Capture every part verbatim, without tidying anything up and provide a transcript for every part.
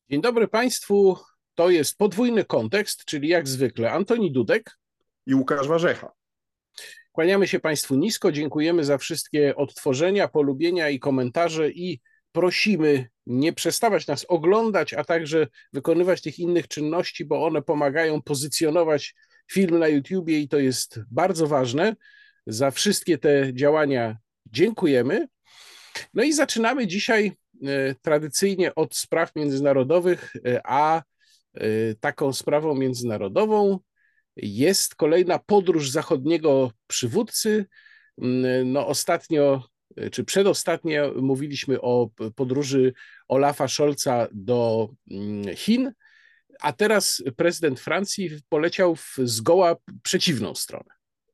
Dzień dobry Państwu. To jest podwójny kontekst, czyli jak zwykle Antoni Dudek i Łukasz Warzecha. Kłaniamy się Państwu nisko, dziękujemy za wszystkie odtworzenia, polubienia i komentarze i prosimy nie przestawać nas oglądać, a także wykonywać tych innych czynności, bo one pomagają pozycjonować film na YouTubie i to jest bardzo ważne. Za wszystkie te działania dziękujemy. No i zaczynamy dzisiaj tradycyjnie od spraw międzynarodowych, a taką sprawą międzynarodową jest kolejna podróż zachodniego przywódcy. No ostatnio, czy przedostatnio mówiliśmy o podróży Olafa Scholza do Chin, a teraz prezydent Francji poleciał w zgoła przeciwną stronę.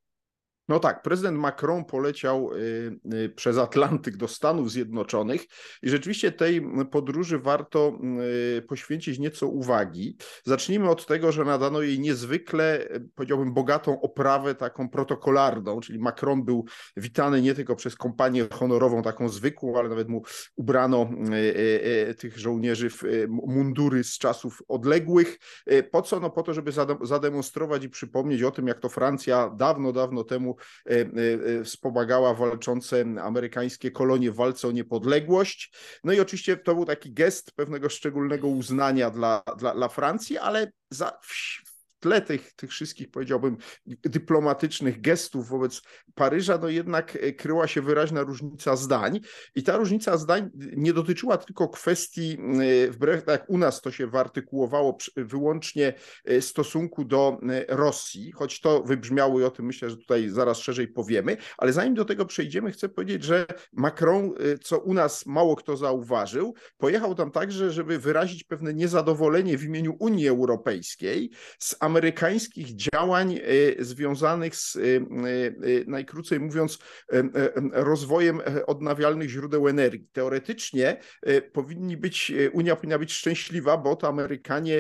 No tak, prezydent Macron poleciał y, y, przez Atlantyk do Stanów Zjednoczonych i rzeczywiście tej podróży warto y, poświęcić nieco uwagi. Zacznijmy od tego, że nadano jej niezwykle, powiedziałbym, bogatą oprawę taką protokolarną, czyli Macron był witany nie tylko przez kompanię honorową taką zwykłą, ale nawet mu ubrano y, y, tych żołnierzy w y, mundury z czasów odległych. Y, po co? No po to, żeby zademonstrować i przypomnieć o tym, jak to Francja dawno, dawno temu wspomagała walczące amerykańskie kolonie w walce o niepodległość. No i oczywiście to był taki gest pewnego szczególnego uznania dla, dla, dla Francji, ale za, w tle tych, tych wszystkich, powiedziałbym, dyplomatycznych gestów wobec Paryża, no jednak kryła się wyraźna różnica zdań. I ta różnica zdań nie dotyczyła tylko kwestii, wbrew tak jak u nas to się wyartykułowało, wyłącznie stosunku do Rosji, choć to wybrzmiało i o tym myślę, że tutaj zaraz szerzej powiemy, ale zanim do tego przejdziemy, chcę powiedzieć, że Macron, co u nas mało kto zauważył, pojechał tam także, żeby wyrazić pewne niezadowolenie w imieniu Unii Europejskiej z amerykańskich działań związanych z, najkrócej mówiąc, rozwojem odnawialnych źródeł energii. Teoretycznie powinni być, Unia powinna być szczęśliwa, bo to Amerykanie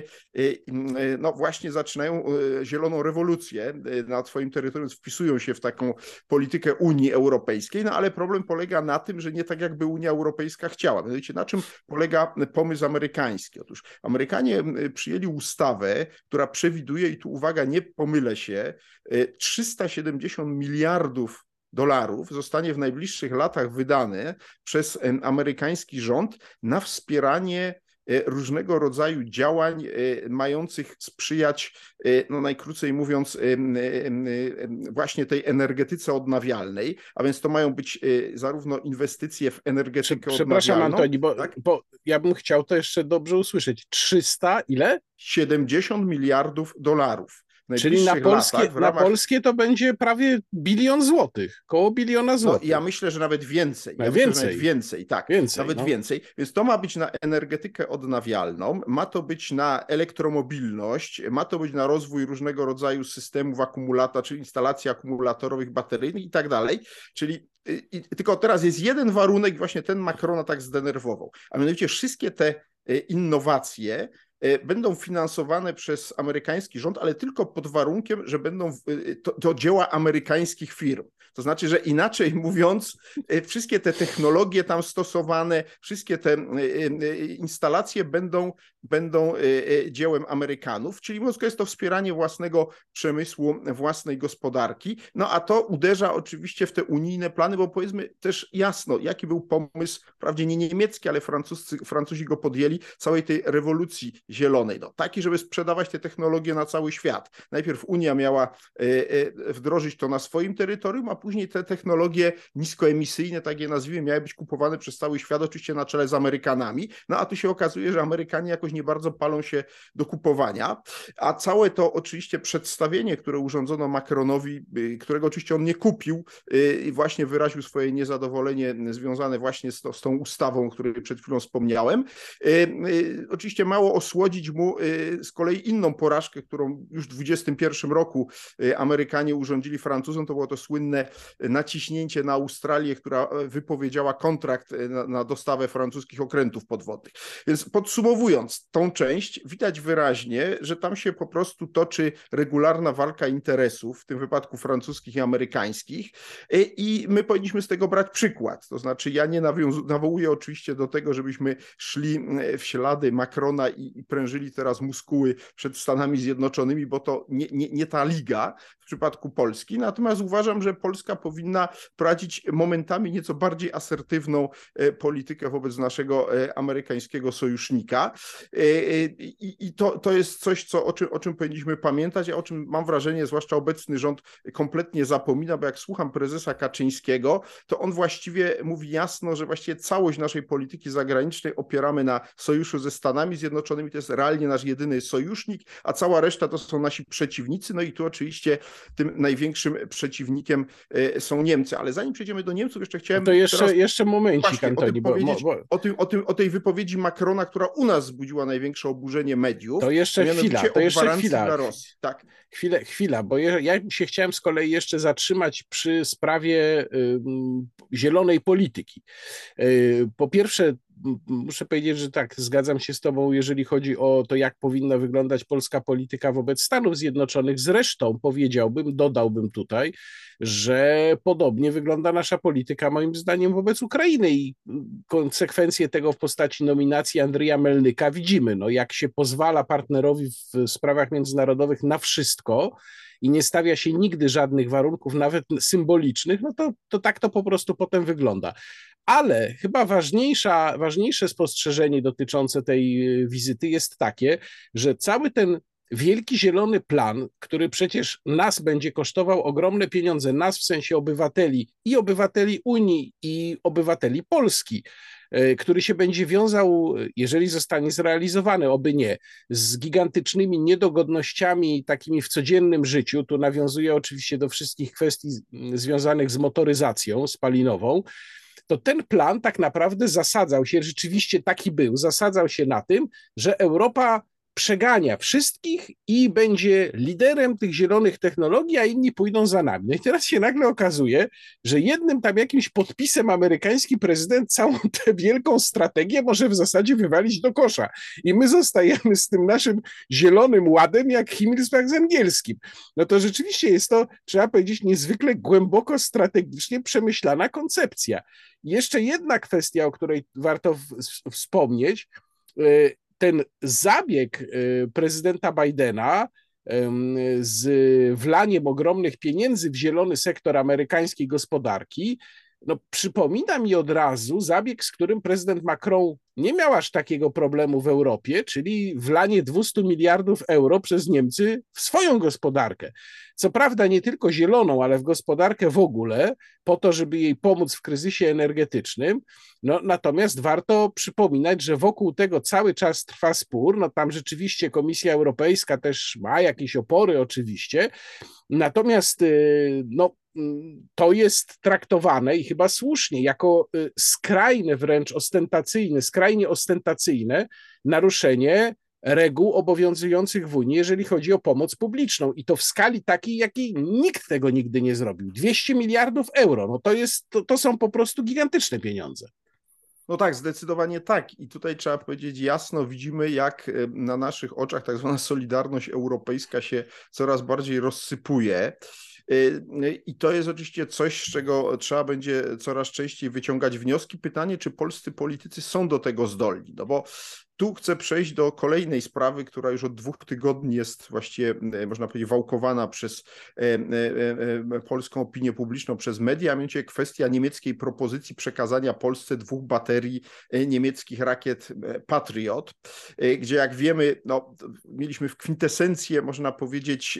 no właśnie zaczynają zieloną rewolucję na swoim terytorium, wpisują się w taką politykę Unii Europejskiej, no ale problem polega na tym, że nie tak jakby Unia Europejska chciała. Mianowicie na czym polega pomysł amerykański? Otóż Amerykanie przyjęli ustawę, która przewiduje, i tu uwaga, nie pomylę się, trzysta siedemdziesiąt miliardów dolarów zostanie w najbliższych latach wydane przez amerykański rząd na wspieranie różnego rodzaju działań mających sprzyjać, no najkrócej mówiąc, właśnie tej energetyce odnawialnej, a więc to mają być zarówno inwestycje w energetykę Przepraszam, odnawialną. Antoni, bo, tak? bo ja bym chciał to jeszcze dobrze usłyszeć. trzysta ile? siedemdziesiąt miliardów dolarów. Czyli na polskie, latach, w ramach... na polskie to będzie prawie bilion złotych, koło biliona złotych. No, ja myślę, że nawet więcej. Ja no, myślę, więcej. że nawet więcej, tak. Więcej, nawet no. więcej. Więc to ma być na energetykę odnawialną, ma to być na elektromobilność, ma to być na rozwój różnego rodzaju systemów akumulata, czy instalacji akumulatorowych, bateryjnych i tak dalej. Czyli i, tylko teraz jest jeden warunek, właśnie ten Macrona tak zdenerwował, a mianowicie wszystkie te innowacje będą finansowane przez amerykański rząd, ale tylko pod warunkiem, że będą to, to dzieła amerykańskich firm. To znaczy, że inaczej mówiąc, wszystkie te technologie tam stosowane, wszystkie te instalacje będą, będą dziełem Amerykanów, czyli mówiąc, jest to wspieranie własnego przemysłu, własnej gospodarki. No a to uderza oczywiście w te unijne plany, bo powiedzmy też jasno, jaki był pomysł, wprawdzie nie niemiecki, ale francuscy, Francuzi go podjęli, całej tej rewolucji zielonej. No, taki, żeby sprzedawać te technologie na cały świat. Najpierw Unia miała wdrożyć to na swoim terytorium, a później te technologie niskoemisyjne, tak je nazwijmy, miały być kupowane przez cały świat, oczywiście na czele z Amerykanami. No a tu się okazuje, że Amerykanie jakoś nie bardzo palą się do kupowania. A całe to oczywiście przedstawienie, które urządzono Macronowi, którego oczywiście on nie kupił i właśnie wyraził swoje niezadowolenie związane właśnie z, to, z tą ustawą, o której przed chwilą wspomniałem. Oczywiście mało osłodzić mu z kolei inną porażkę, którą już w dwudziestym pierwszym roku Amerykanie urządzili Francuzom. To było to słynne naciśnięcie na Australię, która wypowiedziała kontrakt na, na dostawę francuskich okrętów podwodnych. Więc podsumowując, przez tą część widać wyraźnie, że tam się po prostu toczy regularna walka interesów, w tym wypadku francuskich i amerykańskich, i my powinniśmy z tego brać przykład. To znaczy ja nie nawiązu- nawołuję oczywiście do tego, żebyśmy szli w ślady Macrona i, i prężyli teraz muskuły przed Stanami Zjednoczonymi, bo to nie, nie, nie ta liga w przypadku Polski. Natomiast uważam, że Polska powinna prowadzić momentami nieco bardziej asertywną politykę wobec naszego amerykańskiego sojusznika. I, i to, to jest coś, co, o, czym, o czym powinniśmy pamiętać, a o czym mam wrażenie, zwłaszcza obecny rząd kompletnie zapomina, bo jak słucham prezesa Kaczyńskiego, to on właściwie mówi jasno, że właściwie całość naszej polityki zagranicznej opieramy na sojuszu ze Stanami Zjednoczonymi, to jest realnie nasz jedyny sojusznik, a cała reszta to są nasi przeciwnicy, no i tu oczywiście tym największym przeciwnikiem są Niemcy, ale zanim przejdziemy do Niemców, jeszcze chciałem to jeszcze, teraz jeszcze momencik, właśnie Antoni, o tym bo, powiedzieć, bo, o, tym, o, tym, o tej wypowiedzi Macrona, która u nas wzbudziła największe oburzenie mediów, to jeszcze chwila, to o jeszcze gwarancji chwila. dla Rosji. Tak. Chwilę, chwila, bo ja, ja się chciałem z kolei jeszcze zatrzymać przy sprawie y, zielonej polityki. Y, po pierwsze, muszę powiedzieć, że tak, zgadzam się z tobą, jeżeli chodzi o to, jak powinna wyglądać polska polityka wobec Stanów Zjednoczonych. Zresztą powiedziałbym, dodałbym tutaj, że podobnie wygląda nasza polityka, moim zdaniem, wobec Ukrainy i konsekwencje tego w postaci nominacji Andrija Melnyka widzimy. No, jak się pozwala partnerowi w sprawach międzynarodowych na wszystko i nie stawia się nigdy żadnych warunków, nawet symbolicznych, no to, to tak to po prostu potem wygląda. Ale chyba ważniejsza, ważniejsze spostrzeżenie dotyczące tej wizyty jest takie, że cały ten wielki zielony plan, który przecież nas będzie kosztował ogromne pieniądze, nas w sensie obywateli i obywateli Unii i obywateli Polski, który się będzie wiązał, jeżeli zostanie zrealizowany, oby nie, z gigantycznymi niedogodnościami takimi w codziennym życiu. Tu nawiązuję oczywiście do wszystkich kwestii związanych z motoryzacją spalinową. To ten plan tak naprawdę zasadzał się, rzeczywiście taki był, zasadzał się na tym, że Europa przegania wszystkich i będzie liderem tych zielonych technologii, a inni pójdą za nami. No i teraz się nagle okazuje, że jednym tam jakimś podpisem amerykański prezydent całą tę wielką strategię może w zasadzie wywalić do kosza. I my zostajemy z tym naszym zielonym ładem jak Himmelsberg z angielskim. No to rzeczywiście jest to, trzeba powiedzieć, niezwykle głęboko strategicznie przemyślana koncepcja. I jeszcze jedna kwestia, o której warto w- wspomnieć, ten zabieg prezydenta Bidena z wlaniem ogromnych pieniędzy w zielony sektor amerykańskiej gospodarki, no przypomina mi od razu zabieg, z którym prezydent Macron nie miał aż takiego problemu w Europie, czyli wlanie dwieście miliardów euro przez Niemcy w swoją gospodarkę. Co prawda nie tylko zieloną, ale w gospodarkę w ogóle, po to, żeby jej pomóc w kryzysie energetycznym. No, natomiast warto przypominać, że wokół tego cały czas trwa spór. No, tam rzeczywiście Komisja Europejska też ma jakieś opory oczywiście. Natomiast no, to jest traktowane i chyba słusznie jako skrajne wręcz ostentacyjne, skrajnie ostentacyjne naruszenie reguł obowiązujących w Unii, jeżeli chodzi o pomoc publiczną. I to w skali takiej, jakiej nikt tego nigdy nie zrobił. dwieście miliardów euro, no to, jest, to, to są po prostu gigantyczne pieniądze. No tak, zdecydowanie tak. I tutaj trzeba powiedzieć jasno, widzimy jak na naszych oczach tak zwana solidarność europejska się coraz bardziej rozsypuje. I to jest oczywiście coś, z czego trzeba będzie coraz częściej wyciągać wnioski. Pytanie, czy polscy politycy są do tego zdolni? No bo tu chcę przejść do kolejnej sprawy, która już od dwóch tygodni jest właściwie, można powiedzieć, wałkowana przez polską opinię publiczną, przez media, a mianowicie kwestia niemieckiej propozycji przekazania Polsce dwóch baterii niemieckich rakiet Patriot, gdzie jak wiemy, no, mieliśmy w kwintesencję, można powiedzieć,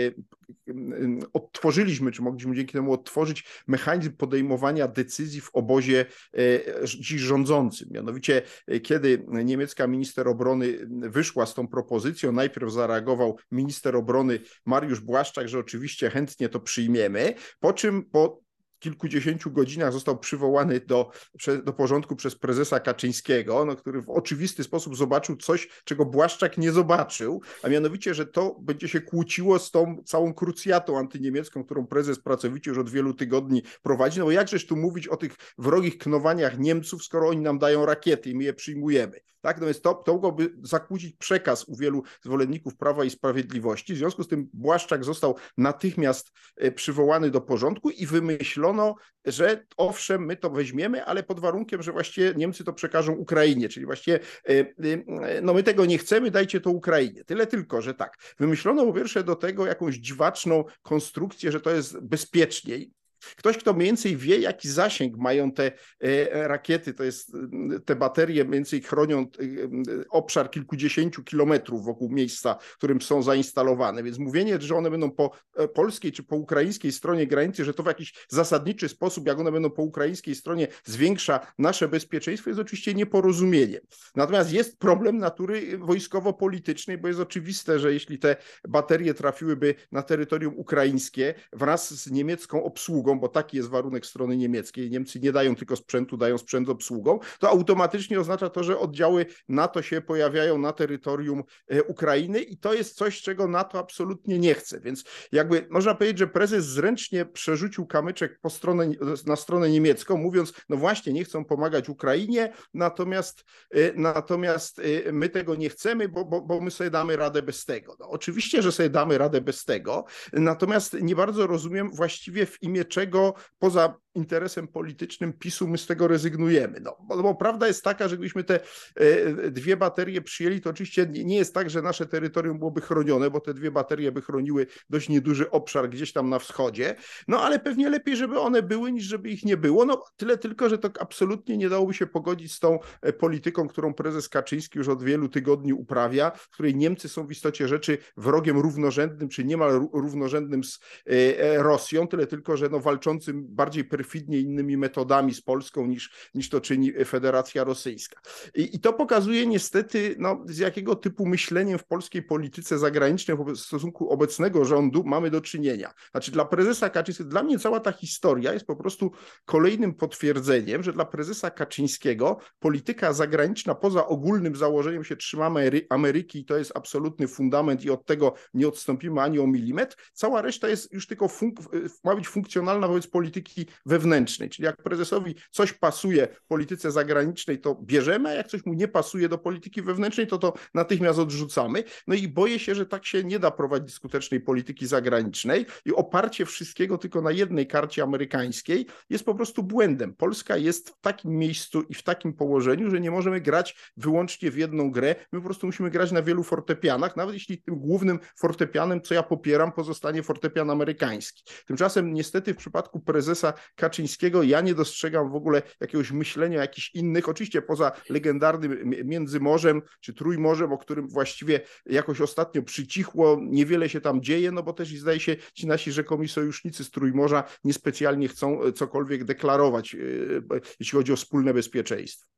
odtworzyliśmy, czy mogliśmy dzięki temu odtworzyć mechanizm podejmowania decyzji w obozie dziś rządzącym. Mianowicie, kiedy niemiecka minister obrony wyszła z tą propozycją, najpierw zareagował minister obrony Mariusz Błaszczak, że oczywiście chętnie to przyjmiemy, po czym po kilkudziesięciu godzinach został przywołany do, do porządku przez prezesa Kaczyńskiego, no, który w oczywisty sposób zobaczył coś, czego Błaszczak nie zobaczył, a mianowicie, że to będzie się kłóciło z tą całą krucjatą antyniemiecką, którą prezes pracowicie już od wielu tygodni prowadzi. No bo jakżeż tu mówić o tych wrogich knowaniach Niemców, skoro oni nam dają rakiety i my je przyjmujemy. Tak? Natomiast to, to mogłoby zakłócić przekaz u wielu zwolenników Prawa i Sprawiedliwości. W związku z tym Błaszczak został natychmiast przywołany do porządku i wymyślono, że owszem, my to weźmiemy, ale pod warunkiem, że właściwie Niemcy to przekażą Ukrainie, czyli właściwie no my tego nie chcemy, dajcie to Ukrainie. Tyle tylko, że tak, wymyślono po pierwsze do tego jakąś dziwaczną konstrukcję, że to jest bezpieczniej. Ktoś, kto mniej więcej wie, jaki zasięg mają te rakiety, to jest te baterie mniej więcej chronią obszar kilkudziesięciu kilometrów wokół miejsca, w którym są zainstalowane, więc mówienie, że one będą po polskiej czy po ukraińskiej stronie granicy, że to w jakiś zasadniczy sposób, jak one będą po ukraińskiej stronie, zwiększa nasze bezpieczeństwo, jest oczywiście nieporozumieniem. Natomiast jest problem natury wojskowo-politycznej, bo jest oczywiste, że jeśli te baterie trafiłyby na terytorium ukraińskie wraz z niemiecką obsługą, bo taki jest warunek strony niemieckiej, Niemcy nie dają tylko sprzętu, dają sprzęt z obsługą, to automatycznie oznacza to, że oddziały NATO się pojawiają na terytorium Ukrainy i to jest coś, czego NATO absolutnie nie chce. Więc jakby można powiedzieć, że prezes zręcznie przerzucił kamyczek po stronę, na stronę niemiecką, mówiąc, no właśnie, nie chcą pomagać Ukrainie, natomiast, natomiast my tego nie chcemy, bo, bo, bo my sobie damy radę bez tego. No, oczywiście, że sobie damy radę bez tego, natomiast nie bardzo rozumiem właściwie w imię czego poza interesem politycznym PiSu my z tego rezygnujemy. No, bo, bo prawda jest taka, że gdybyśmy te e, dwie baterie przyjęli, to oczywiście nie, nie jest tak, że nasze terytorium byłoby chronione, bo te dwie baterie by chroniły dość nieduży obszar gdzieś tam na wschodzie, no ale pewnie lepiej, żeby one były, niż żeby ich nie było. No tyle tylko, że to absolutnie nie dałoby się pogodzić z tą polityką, którą prezes Kaczyński już od wielu tygodni uprawia, w której Niemcy są w istocie rzeczy wrogiem równorzędnym, czy niemal równorzędnym z e, Rosją, tyle tylko, że no, walczącym bardziej perfidnie innymi metodami z Polską niż, niż to czyni Federacja Rosyjska. I, i to pokazuje niestety, no, z jakiego typu myśleniem w polskiej polityce zagranicznej w stosunku obecnego rządu mamy do czynienia. Znaczy dla prezesa Kaczyńskiego, dla mnie cała ta historia jest po prostu kolejnym potwierdzeniem, że dla prezesa Kaczyńskiego polityka zagraniczna poza ogólnym założeniem się trzymamy Ameryki i to jest absolutny fundament i od tego nie odstąpimy ani o milimetr, cała reszta jest już tylko funk- ma być funkcjonalna wobec polityki wewnętrznej, czyli jak prezesowi coś pasuje w polityce zagranicznej, to bierzemy, a jak coś mu nie pasuje do polityki wewnętrznej, to to natychmiast odrzucamy. No i boję się, że tak się nie da prowadzić skutecznej polityki zagranicznej i oparcie wszystkiego tylko na jednej karcie amerykańskiej jest po prostu błędem. Polska jest w takim miejscu i w takim położeniu, że nie możemy grać wyłącznie w jedną grę, my po prostu musimy grać na wielu fortepianach, nawet jeśli tym głównym fortepianem, co ja popieram, pozostanie fortepian amerykański. Tymczasem niestety w przypadku prezesa Kaczyńskiego ja nie dostrzegam w ogóle jakiegoś myślenia jakichś innych, oczywiście poza legendarnym Międzymorzem czy Trójmorzem, o którym właściwie jakoś ostatnio przycichło, niewiele się tam dzieje, no bo też i zdaje się ci nasi rzekomi sojusznicy z Trójmorza niespecjalnie chcą cokolwiek deklarować, jeśli chodzi o wspólne bezpieczeństwo.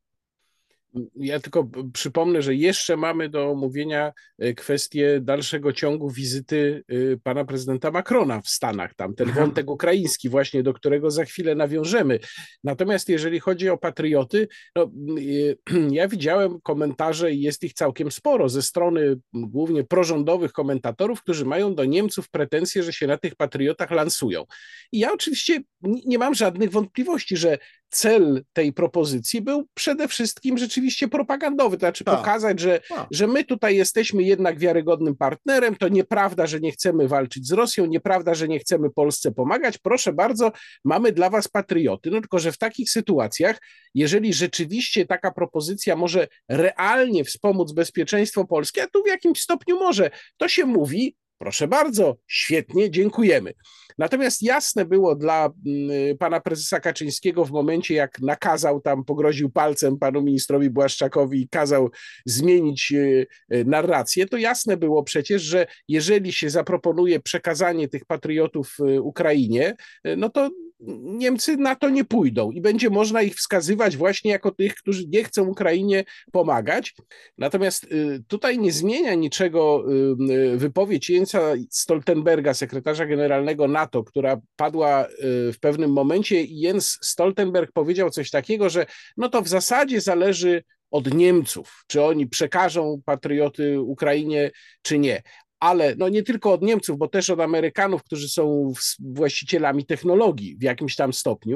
Ja tylko przypomnę, że jeszcze mamy do omówienia kwestię dalszego ciągu wizyty pana prezydenta Macrona w Stanach, tam ten wątek ukraiński właśnie, do którego za chwilę nawiążemy. Natomiast jeżeli chodzi o patrioty, no, ja widziałem komentarze i jest ich całkiem sporo ze strony głównie prorządowych komentatorów, którzy mają do Niemców pretensje, że się na tych patriotach lansują. I ja oczywiście nie mam żadnych wątpliwości, że cel tej propozycji był przede wszystkim rzeczywiście propagandowy, to znaczy pokazać, że, że my tutaj jesteśmy jednak wiarygodnym partnerem, to nieprawda, że nie chcemy walczyć z Rosją, nieprawda, że nie chcemy Polsce pomagać, proszę bardzo, mamy dla was patrioty. No tylko, że w takich sytuacjach, jeżeli rzeczywiście taka propozycja może realnie wspomóc bezpieczeństwo Polski, a tu w jakimś stopniu może, to się mówi, proszę bardzo, świetnie, dziękujemy. Natomiast jasne było dla pana prezesa Kaczyńskiego w momencie, jak nakazał tam, pogroził palcem panu ministrowi Błaszczakowi i kazał zmienić narrację, to jasne było przecież, że jeżeli się zaproponuje przekazanie tych patriotów Ukrainie, no to Niemcy na to nie pójdą i będzie można ich wskazywać właśnie jako tych, którzy nie chcą Ukrainie pomagać. Natomiast tutaj nie zmienia niczego wypowiedź Jensa Stoltenberga, sekretarza generalnego NATO, która padła w pewnym momencie i Jens Stoltenberg powiedział coś takiego, że no to w zasadzie zależy od Niemców, czy oni przekażą patrioty Ukrainie, czy nie. Ale no nie tylko od Niemców, bo też od Amerykanów, którzy są właścicielami technologii w jakimś tam stopniu.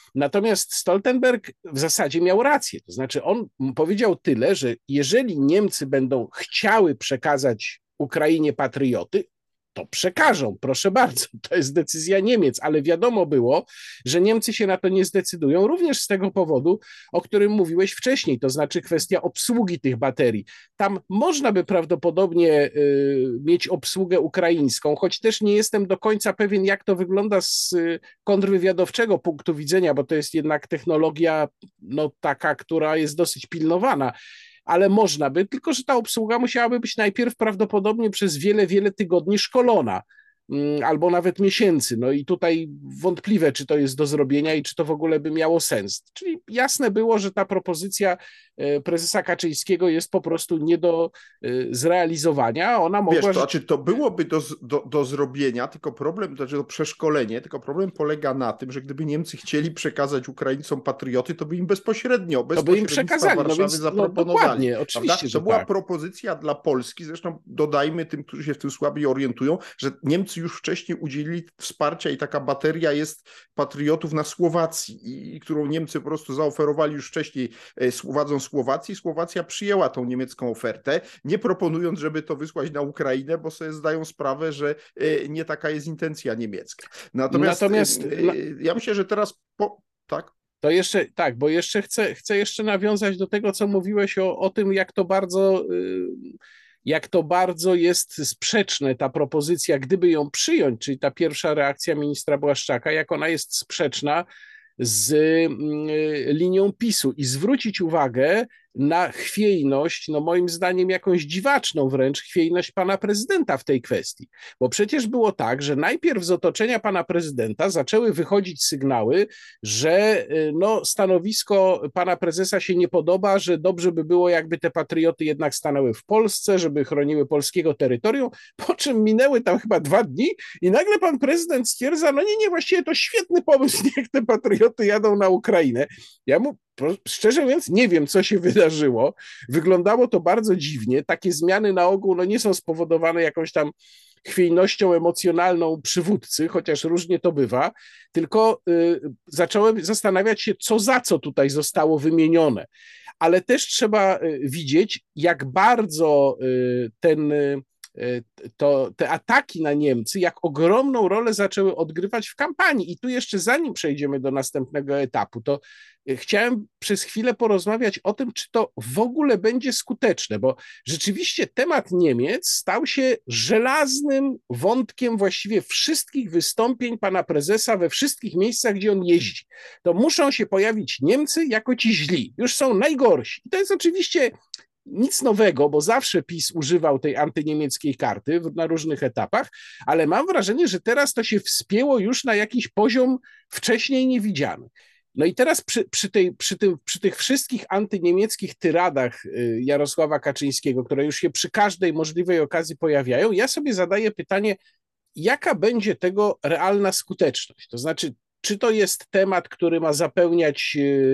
Natomiast Stoltenberg w zasadzie miał rację. To znaczy on powiedział tyle, że jeżeli Niemcy będą chciały przekazać Ukrainie patrioty, to przekażą, proszę bardzo, to jest decyzja Niemiec, ale wiadomo było, że Niemcy się na to nie zdecydują, również z tego powodu, o którym mówiłeś wcześniej, to znaczy kwestia obsługi tych baterii. Tam można by prawdopodobnie y, mieć obsługę ukraińską, choć też nie jestem do końca pewien, jak to wygląda z y, kontrwywiadowczego punktu widzenia, bo to jest jednak technologia no, taka, która jest dosyć pilnowana, ale można by, tylko że ta obsługa musiałaby być najpierw prawdopodobnie przez wiele, wiele tygodni szkolona, albo nawet miesięcy. No i tutaj wątpliwe, czy to jest do zrobienia i czy to w ogóle by miało sens. Czyli jasne było, że ta propozycja prezesa Kaczyńskiego jest po prostu nie do zrealizowania. Ona mogła... Wiesz, to znaczy to byłoby do, do, do zrobienia, tylko problem, to znaczy to przeszkolenie, tylko problem polega na tym, że gdyby Niemcy chcieli przekazać Ukraińcom patrioty, to by im bezpośrednio, bez to by im przekazali, Warszawy no więc, zaproponowali. No dokładnie, oczywiście, to była tak. propozycja dla Polski, zresztą dodajmy tym, którzy się w tym słabiej orientują, że Niemcy już wcześniej udzielili wsparcia i taka bateria jest patriotów na Słowacji, i, i którą Niemcy po prostu zaoferowali już wcześniej władzom Słowacji. Słowacja przyjęła tą niemiecką ofertę, nie proponując, żeby to wysłać na Ukrainę, bo sobie zdają sprawę, że nie taka jest intencja niemiecka. Natomiast, Natomiast ja myślę, że teraz po... tak? To jeszcze, tak, bo jeszcze chcę, chcę jeszcze nawiązać do tego, co mówiłeś o, o tym, jak to bardzo... Yy... jak to bardzo jest sprzeczne ta propozycja, gdyby ją przyjąć, czyli ta pierwsza reakcja ministra Błaszczaka, jak ona jest sprzeczna z linią PiSu i zwrócić uwagę na chwiejność, no moim zdaniem jakąś dziwaczną wręcz chwiejność pana prezydenta w tej kwestii. Bo przecież było tak, że najpierw z otoczenia pana prezydenta zaczęły wychodzić sygnały, że no, stanowisko pana prezesa się nie podoba, że dobrze by było, jakby te patrioty jednak stanęły w Polsce, żeby chroniły polskiego terytorium, po czym minęły tam chyba dwa dni i nagle pan prezydent stwierdza, no nie, nie, właściwie to świetny pomysł, niech te patrioty jadą na Ukrainę. Ja mu szczerze mówiąc, nie wiem, co się wydarzyło. Wyglądało to bardzo dziwnie. Takie zmiany na ogół no, nie są spowodowane jakąś tam chwiejnością emocjonalną przywódcy, chociaż różnie to bywa, tylko y, zacząłem zastanawiać się, co za co tutaj zostało wymienione. Ale też trzeba y, widzieć, jak bardzo y, ten... Y, to te ataki na Niemcy, jak ogromną rolę zaczęły odgrywać w kampanii. I tu jeszcze zanim przejdziemy do następnego etapu, to chciałem przez chwilę porozmawiać o tym, czy to w ogóle będzie skuteczne, bo rzeczywiście temat Niemiec stał się żelaznym wątkiem właściwie wszystkich wystąpień pana prezesa we wszystkich miejscach, gdzie on jeździ. To muszą się pojawić Niemcy jako ci źli. Już są najgorsi. I to jest oczywiście nic nowego, bo zawsze PiS używał tej antyniemieckiej karty na różnych etapach, ale mam wrażenie, że teraz to się wspięło już na jakiś poziom wcześniej niewidziany. No i teraz przy, przy, tej, przy, tym, przy tych wszystkich antyniemieckich tyradach Jarosława Kaczyńskiego, które już się przy każdej możliwej okazji pojawiają, ja sobie zadaję pytanie, jaka będzie tego realna skuteczność? To znaczy, czy to jest temat, który ma zapełniać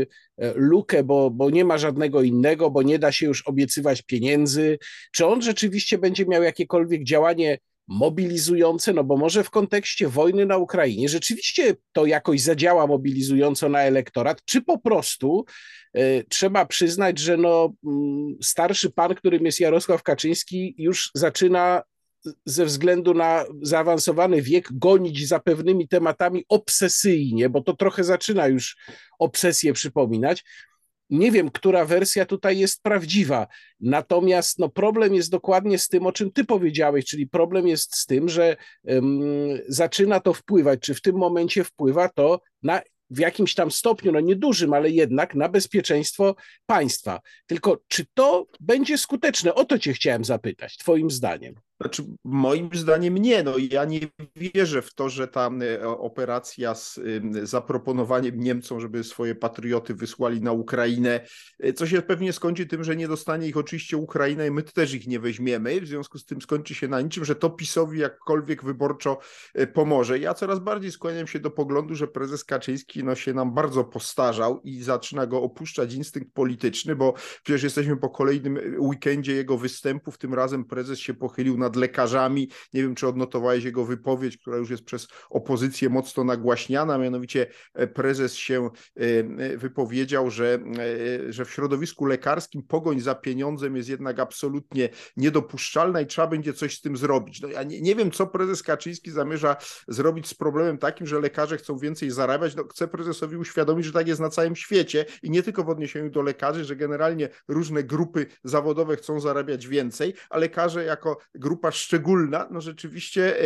lukę, bo, bo nie ma żadnego innego, bo nie da się już obiecywać pieniędzy? Czy on rzeczywiście będzie miał jakiekolwiek działanie mobilizujące? No bo może w kontekście wojny na Ukrainie rzeczywiście to jakoś zadziała mobilizująco na elektorat, czy po prostu y, trzeba przyznać, że no, y, starszy pan, którym jest Jarosław Kaczyński, już zaczyna ze względu na zaawansowany wiek gonić za pewnymi tematami obsesyjnie, bo to trochę zaczyna już obsesję przypominać. Nie wiem, która wersja tutaj jest prawdziwa, natomiast no, problem jest dokładnie z tym, o czym ty powiedziałeś, czyli problem jest z tym, że um, zaczyna to wpływać, czy w tym momencie wpływa to na w jakimś tam stopniu, no niedużym, ale jednak na bezpieczeństwo państwa. Tylko czy to będzie skuteczne? O to cię chciałem zapytać, twoim zdaniem. Znaczy, moim zdaniem nie. No, ja nie wierzę w to, że ta operacja z zaproponowaniem Niemcom, żeby swoje patrioty wysłali na Ukrainę, co się pewnie skończy tym, że nie dostanie ich oczywiście Ukraina i my też ich nie weźmiemy. W związku z tym skończy się na niczym, że to PiS-owi jakkolwiek wyborczo pomoże. Ja coraz bardziej skłaniam się do poglądu, że prezes Kaczyński no, się nam bardzo postarzał i zaczyna go opuszczać instynkt polityczny, bo przecież jesteśmy po kolejnym weekendzie jego występów. Tym razem prezes się pochylił nad nad lekarzami. Nie wiem, czy odnotowałeś jego wypowiedź, która już jest przez opozycję mocno nagłaśniana, mianowicie prezes się wypowiedział, że, że w środowisku lekarskim pogoń za pieniądzem jest jednak absolutnie niedopuszczalna i trzeba będzie coś z tym zrobić. No ja nie, nie wiem, co prezes Kaczyński zamierza zrobić z problemem takim, że lekarze chcą więcej zarabiać. No, chcę prezesowi uświadomić, że tak jest na całym świecie i nie tylko w odniesieniu do lekarzy, że generalnie różne grupy zawodowe chcą zarabiać więcej, a lekarze jako grupa szczególna, no rzeczywiście,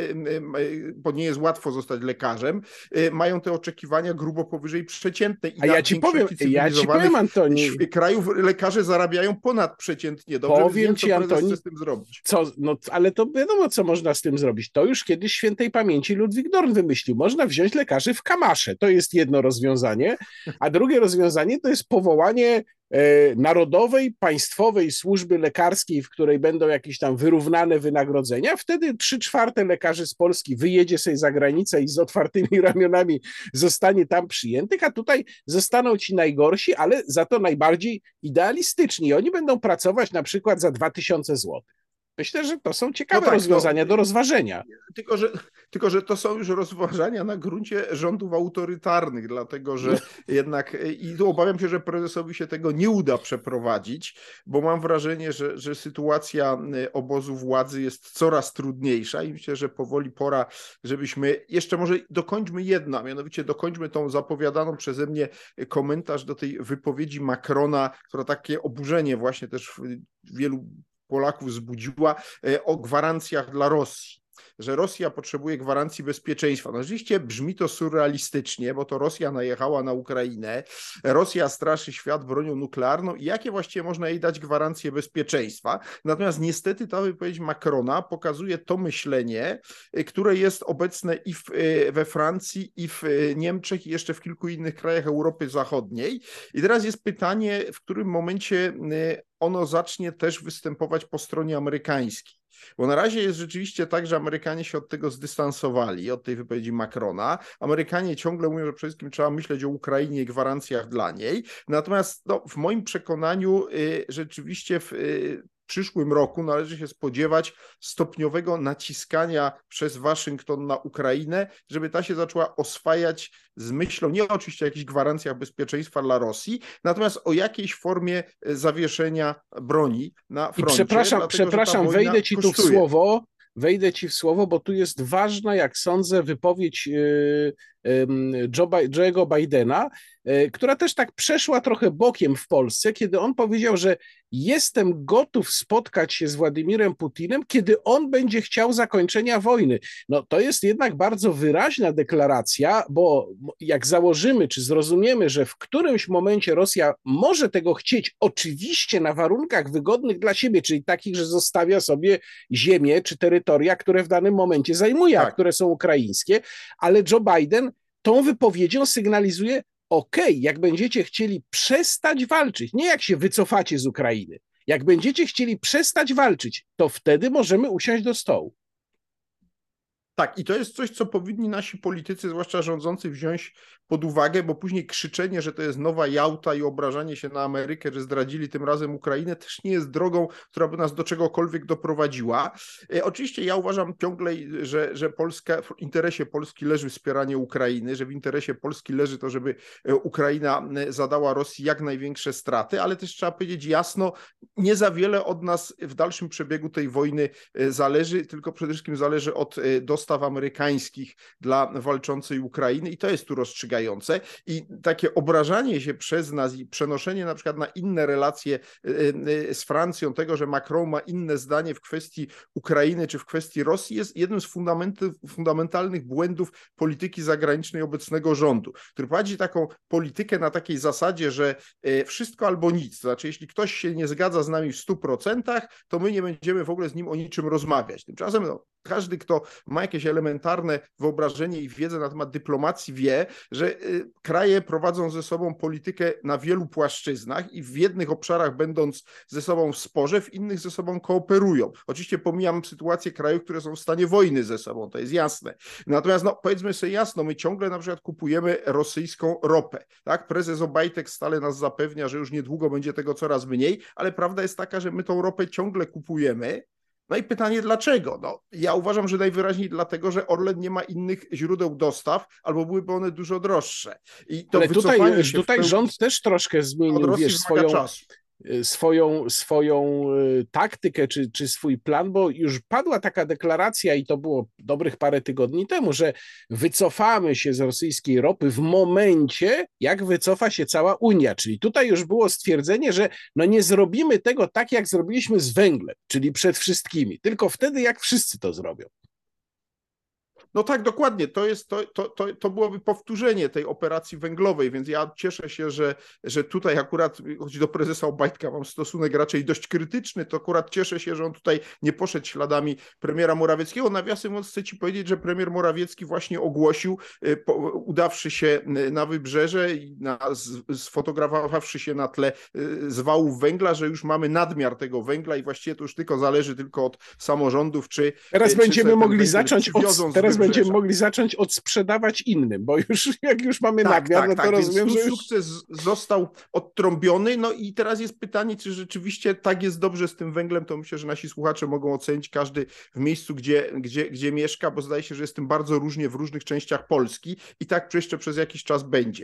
bo nie jest łatwo zostać lekarzem, mają te oczekiwania grubo powyżej przeciętnej. I a ja ci powiem, ja ci powiem, Antoni, krajów lekarze zarabiają ponadprzeciętnie dobrze, powiem więc ci, wiem, co prezes Antoni, chce z tym zrobić. Co, no, ale to wiadomo, co można z tym zrobić. To już kiedyś świętej pamięci Ludwik Dorn wymyślił. Można wziąć lekarzy w kamasze. To jest jedno rozwiązanie. A drugie rozwiązanie to jest powołanie e, Narodowej, Państwowej Służby Lekarskiej, w której będą jakieś tam wyrównane wynagrodzenia. Wtedy trzy czwarte lekarzy z Polski wyjedzie sobie za granicę i z otwartymi ramionami zostanie tam przyjętych, a tutaj zostaną ci najgorsi, ale za to najbardziej idealistyczni. Oni będą pracować na przykład za dwa tysiące złotych. Myślę, że to są ciekawe no tak, rozwiązania no, do rozważenia. Tylko że, tylko, że to są już rozważania na gruncie rządów autorytarnych, dlatego że jednak i tu obawiam się, że prezesowi się tego nie uda przeprowadzić, bo mam wrażenie, że, że sytuacja obozu władzy jest coraz trudniejsza i myślę, że powoli pora, żebyśmy jeszcze może dokończmy jedno, a mianowicie dokończmy tą zapowiadaną przeze mnie komentarz do tej wypowiedzi Macrona, która takie oburzenie właśnie też w wielu Polaków wzbudziła, o gwarancjach dla Rosji, że Rosja potrzebuje gwarancji bezpieczeństwa. No oczywiście brzmi to surrealistycznie, bo to Rosja najechała na Ukrainę, Rosja straszy świat bronią nuklearną i jakie właściwie można jej dać gwarancje bezpieczeństwa. Natomiast niestety ta wypowiedź Macrona pokazuje to myślenie, które jest obecne i w, we Francji, i w Niemczech, i jeszcze w kilku innych krajach Europy Zachodniej. I teraz jest pytanie, w którym momencie ono zacznie też występować po stronie amerykańskiej. Bo na razie jest rzeczywiście tak, że Amerykanie się od tego zdystansowali, od tej wypowiedzi Macrona. Amerykanie ciągle mówią, że przede wszystkim trzeba myśleć o Ukrainie i gwarancjach dla niej. Natomiast no, w moim przekonaniu y, rzeczywiście w y, W przyszłym roku należy się spodziewać stopniowego naciskania przez Waszyngton na Ukrainę, żeby ta się zaczęła oswajać z myślą, nie oczywiście o jakichś gwarancjach bezpieczeństwa dla Rosji, natomiast o jakiejś formie zawieszenia broni na froncie. I przepraszam, dlatego, przepraszam wejdę ci kosztuje. tu w słowo, wejdę ci w słowo, bo tu jest ważna, jak sądzę, wypowiedź yy, yy, Joe, Joe'ego Bidena, yy, która też tak przeszła trochę bokiem w Polsce, kiedy on powiedział, że jestem gotów spotkać się z Władimirem Putinem, kiedy on będzie chciał zakończenia wojny. No to jest jednak bardzo wyraźna deklaracja, bo jak założymy, czy zrozumiemy, że w którymś momencie Rosja może tego chcieć, oczywiście na warunkach wygodnych dla siebie, czyli takich, że zostawia sobie ziemię czy terytoria, które w danym momencie zajmuje, tak, a które są ukraińskie, ale Joe Biden tą wypowiedzią sygnalizuje, okej, okay, jak będziecie chcieli przestać walczyć, nie jak się wycofacie z Ukrainy, jak będziecie chcieli przestać walczyć, to wtedy możemy usiąść do stołu. Tak, i to jest coś, co powinni nasi politycy, zwłaszcza rządzący, wziąć pod uwagę, bo później krzyczenie, że to jest nowa Jałta i obrażanie się na Amerykę, że zdradzili tym razem Ukrainę, też nie jest drogą, która by nas do czegokolwiek doprowadziła. E, oczywiście ja uważam ciągle, że, że Polska, w interesie Polski leży wspieranie Ukrainy, że w interesie Polski leży to, żeby Ukraina zadała Rosji jak największe straty, ale też trzeba powiedzieć jasno, nie za wiele od nas w dalszym przebiegu tej wojny zależy, tylko przede wszystkim zależy od dostaw amerykańskich dla walczącej Ukrainy i to jest tu rozstrzygające. I takie obrażanie się przez nas i przenoszenie na przykład na inne relacje z Francją tego, że Macron ma inne zdanie w kwestii Ukrainy czy w kwestii Rosji, jest jednym z fundamentalnych błędów polityki zagranicznej obecnego rządu, który prowadzi taką politykę na takiej zasadzie, że wszystko albo nic. To znaczy, jeśli ktoś się nie zgadza z nami w stu procentach, to my nie będziemy w ogóle z nim o niczym rozmawiać. Tymczasem no, każdy, kto ma jakieś elementarne wyobrażenie i wiedzę na temat dyplomacji, wie, że kraje prowadzą ze sobą politykę na wielu płaszczyznach i w jednych obszarach będąc ze sobą w sporze, w innych ze sobą kooperują. Oczywiście pomijam sytuację krajów, które są w stanie wojny ze sobą, to jest jasne. Natomiast no, powiedzmy sobie jasno, my ciągle na przykład kupujemy rosyjską ropę. Tak? Prezes Obajtek stale nas zapewnia, że już niedługo będzie tego coraz mniej, ale prawda jest taka, że my tą ropę ciągle kupujemy. No i pytanie dlaczego? No, ja uważam, że najwyraźniej dlatego, że Orlen nie ma innych źródeł dostaw, albo byłyby one dużo droższe. I to Ale tutaj, wycofanie się tutaj w pełni rząd też troszkę od zmienił, Rosji wiesz, wymaga swoją, czasu. swoją, swoją taktykę czy, czy swój plan, bo już padła taka deklaracja i to było dobrych parę tygodni temu, że wycofamy się z rosyjskiej ropy w momencie, jak wycofa się cała Unia, czyli tutaj już było stwierdzenie, że no nie zrobimy tego tak, jak zrobiliśmy z węglem, czyli przed wszystkimi, tylko wtedy, jak wszyscy to zrobią. No tak, dokładnie. To, jest, to, to, to, to byłoby powtórzenie tej operacji węglowej, więc ja cieszę się, że, że tutaj akurat, choć do prezesa Obajtka mam stosunek raczej dość krytyczny, to akurat cieszę się, że on tutaj nie poszedł śladami premiera Morawieckiego. Nawiasem mówiąc, chcę ci powiedzieć, że premier Morawiecki właśnie ogłosił, udawszy się na wybrzeże i na, sfotografowawszy się na tle zwałów węgla, że już mamy nadmiar tego węgla i właściwie to już tylko zależy tylko od samorządów, czy Teraz czy będziemy mogli zacząć od, teraz wybrzeża. będziemy mogli zacząć odsprzedawać innym, bo już jak już mamy tak, nadmiar, tak, no to tak, rozumiem, więc że tu już... sukces został odtrąbiony, no i teraz jest pytanie, czy rzeczywiście tak jest dobrze z tym węglem, to myślę, że nasi słuchacze mogą ocenić każdy w miejscu, gdzie, gdzie, gdzie mieszka, bo zdaje się, że jest tym bardzo różnie w różnych częściach Polski i tak jeszcze przez jakiś czas będzie.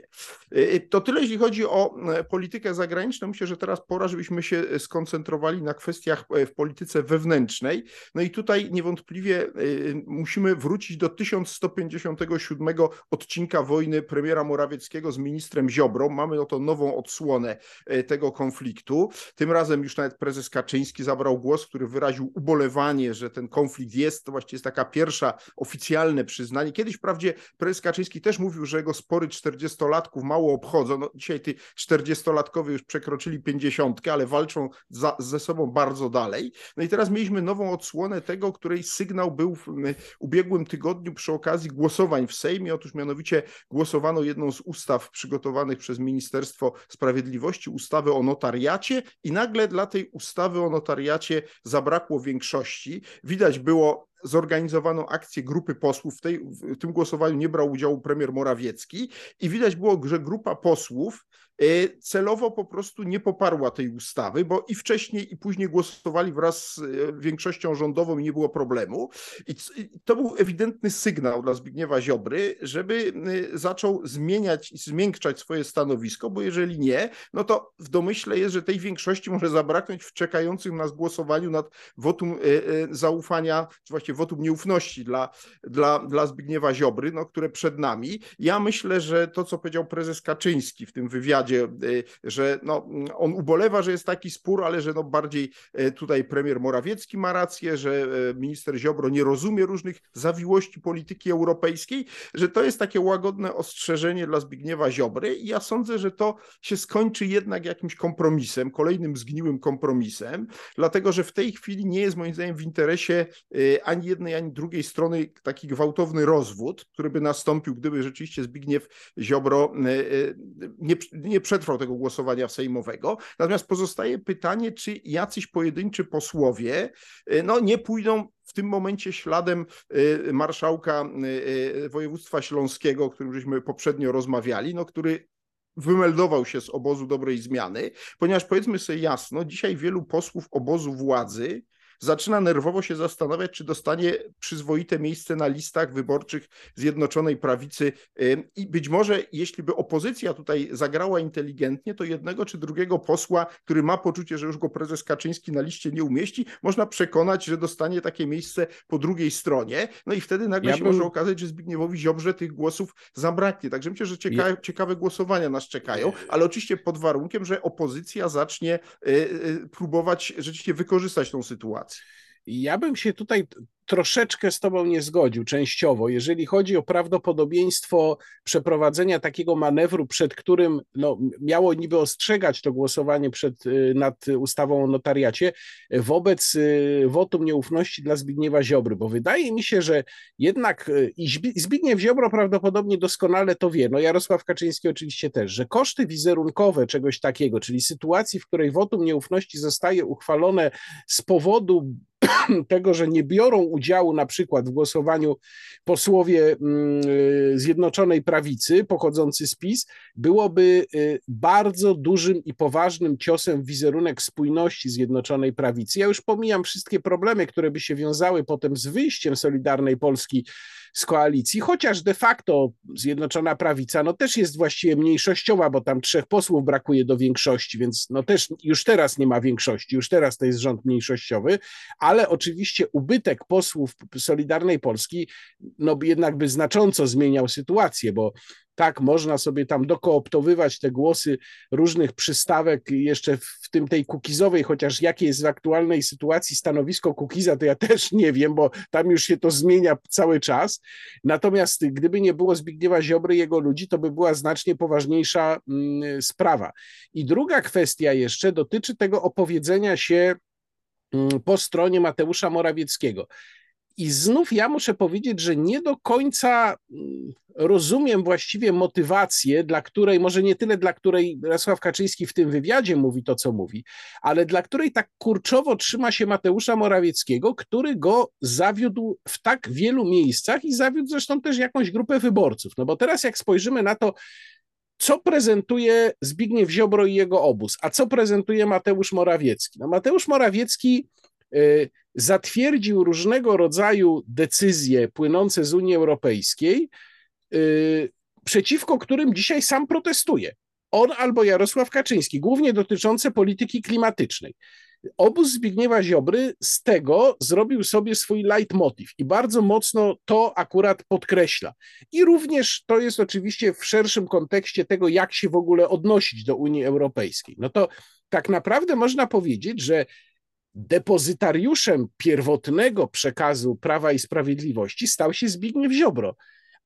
To tyle, jeśli chodzi o politykę zagraniczną. Myślę, że teraz pora, żebyśmy się skoncentrowali na kwestiach w polityce wewnętrznej. No i tutaj niewątpliwie musimy wrócić do tysiąc sto pięćdziesiątego siódmego odcinka wojny premiera Morawieckiego z ministrem Ziobrą. Mamy oto nową odsłonę tego konfliktu. Tym razem już nawet prezes Kaczyński zabrał głos, który wyraził ubolewanie, że ten konflikt jest. To właściwie jest taka pierwsza oficjalne przyznanie. Kiedyś wprawdzie prezes Kaczyński też mówił, że jego spory czterdziestolatków mało obchodzą. No, dzisiaj ci czterdziestolatkowie już przekroczyli pięćdziesiątkę, ale walczą za, ze sobą bardzo dalej. No i teraz mieliśmy nową odsłonę tego, której sygnał był w ubiegłym tygodniu przy okazji głosowań w Sejmie. Otóż mianowicie głosowano jedną z ustaw przygotowanych przez Ministerstwo Sprawiedliwości, ustawę o notariacie i nagle dla tej ustawy o notariacie zabrakło większości. Widać było zorganizowaną akcję grupy posłów. W, tej, w tym głosowaniu nie brał udziału premier Morawiecki i widać było, że grupa posłów celowo po prostu nie poparła tej ustawy, bo i wcześniej, i później głosowali wraz z większością rządową i nie było problemu. I to był ewidentny sygnał dla Zbigniewa Ziobry, żeby zaczął zmieniać i zmiękczać swoje stanowisko, bo jeżeli nie, no to w domyśle jest, że tej większości może zabraknąć w czekającym nas głosowaniu nad wotum zaufania, czy właściwie wotum nieufności dla, dla, dla Zbigniewa Ziobry, no, które przed nami. Ja myślę, że to, co powiedział prezes Kaczyński w tym wywiadzie, że no, on ubolewa, że jest taki spór, ale że no bardziej tutaj premier Morawiecki ma rację, że minister Ziobro nie rozumie różnych zawiłości polityki europejskiej, że to jest takie łagodne ostrzeżenie dla Zbigniewa Ziobry i ja sądzę, że to się skończy jednak jakimś kompromisem, kolejnym zgniłym kompromisem, dlatego, że w tej chwili nie jest moim zdaniem w interesie ani jednej, ani drugiej strony taki gwałtowny rozwód, który by nastąpił, gdyby rzeczywiście Zbigniew Ziobro nie, nie przetrwał tego głosowania sejmowego. Natomiast pozostaje pytanie, czy jacyś pojedynczy posłowie no, nie pójdą w tym momencie śladem marszałka województwa śląskiego, o którym żeśmy poprzednio rozmawiali, no, który wymeldował się z obozu dobrej zmiany, ponieważ powiedzmy sobie jasno, dzisiaj wielu posłów obozu władzy zaczyna nerwowo się zastanawiać, czy dostanie przyzwoite miejsce na listach wyborczych Zjednoczonej Prawicy i być może, jeśli by opozycja tutaj zagrała inteligentnie, to jednego czy drugiego posła, który ma poczucie, że już go prezes Kaczyński na liście nie umieści, można przekonać, że dostanie takie miejsce po drugiej stronie, no i wtedy nagle Ja się bym... może okazać, że Zbigniewowi Ziobrze tych głosów zabraknie. Także myślę, że ciekawe, ja... ciekawe głosowania nas czekają, ale oczywiście pod warunkiem, że opozycja zacznie y, y, próbować rzeczywiście wykorzystać tą sytuację. Ja bym się tutaj troszeczkę z tobą nie zgodził, częściowo, jeżeli chodzi o prawdopodobieństwo przeprowadzenia takiego manewru, przed którym no, miało niby ostrzegać to głosowanie przed, nad ustawą o notariacie, wobec wotum nieufności dla Zbigniewa Ziobry, bo wydaje mi się, że jednak i Zbigniew Ziobro prawdopodobnie doskonale to wie, no Jarosław Kaczyński oczywiście też, że koszty wizerunkowe czegoś takiego, czyli sytuacji, w której wotum nieufności zostaje uchwalone z powodu tego, że nie biorą udziału na przykład w głosowaniu posłowie Zjednoczonej Prawicy pochodzący z PiS, byłoby bardzo dużym i poważnym ciosem w wizerunek spójności Zjednoczonej Prawicy. Ja już pomijam wszystkie problemy, które by się wiązały potem z wyjściem Solidarnej Polski z koalicji, chociaż de facto Zjednoczona Prawica no też jest właściwie mniejszościowa, bo tam trzech posłów brakuje do większości, więc no też już teraz nie ma większości, już teraz to jest rząd mniejszościowy, ale oczywiście ubytek posłów Solidarnej Polski no jednak by znacząco zmieniał sytuację, bo tak, można sobie tam dokooptowywać te głosy różnych przystawek jeszcze w tym tej Kukizowej, chociaż jakie jest w aktualnej sytuacji stanowisko Kukiza, to ja też nie wiem, bo tam już się to zmienia cały czas. Natomiast gdyby nie było Zbigniewa Ziobry i jego ludzi, to by była znacznie poważniejsza mm, sprawa. I druga kwestia jeszcze dotyczy tego opowiedzenia się mm, po stronie Mateusza Morawieckiego. I znów ja muszę powiedzieć, że nie do końca rozumiem właściwie motywację, dla której, może nie tyle dla której Jarosław Kaczyński w tym wywiadzie mówi to, co mówi, ale dla której tak kurczowo trzyma się Mateusza Morawieckiego, który go zawiódł w tak wielu miejscach i zawiódł zresztą też jakąś grupę wyborców. No bo teraz jak spojrzymy na to, co prezentuje Zbigniew Ziobro i jego obóz, a co prezentuje Mateusz Morawiecki? No Mateusz Morawiecki y, zatwierdził różnego rodzaju decyzje płynące z Unii Europejskiej, yy, przeciwko którym dzisiaj sam protestuje. On albo Jarosław Kaczyński, głównie dotyczące polityki klimatycznej. Obóz Zbigniewa Ziobry z tego zrobił sobie swój leitmotiv i bardzo mocno to akurat podkreśla. I również to jest oczywiście w szerszym kontekście tego, jak się w ogóle odnosić do Unii Europejskiej. No to tak naprawdę można powiedzieć, że depozytariuszem pierwotnego przekazu Prawa i Sprawiedliwości stał się Zbigniew Ziobro,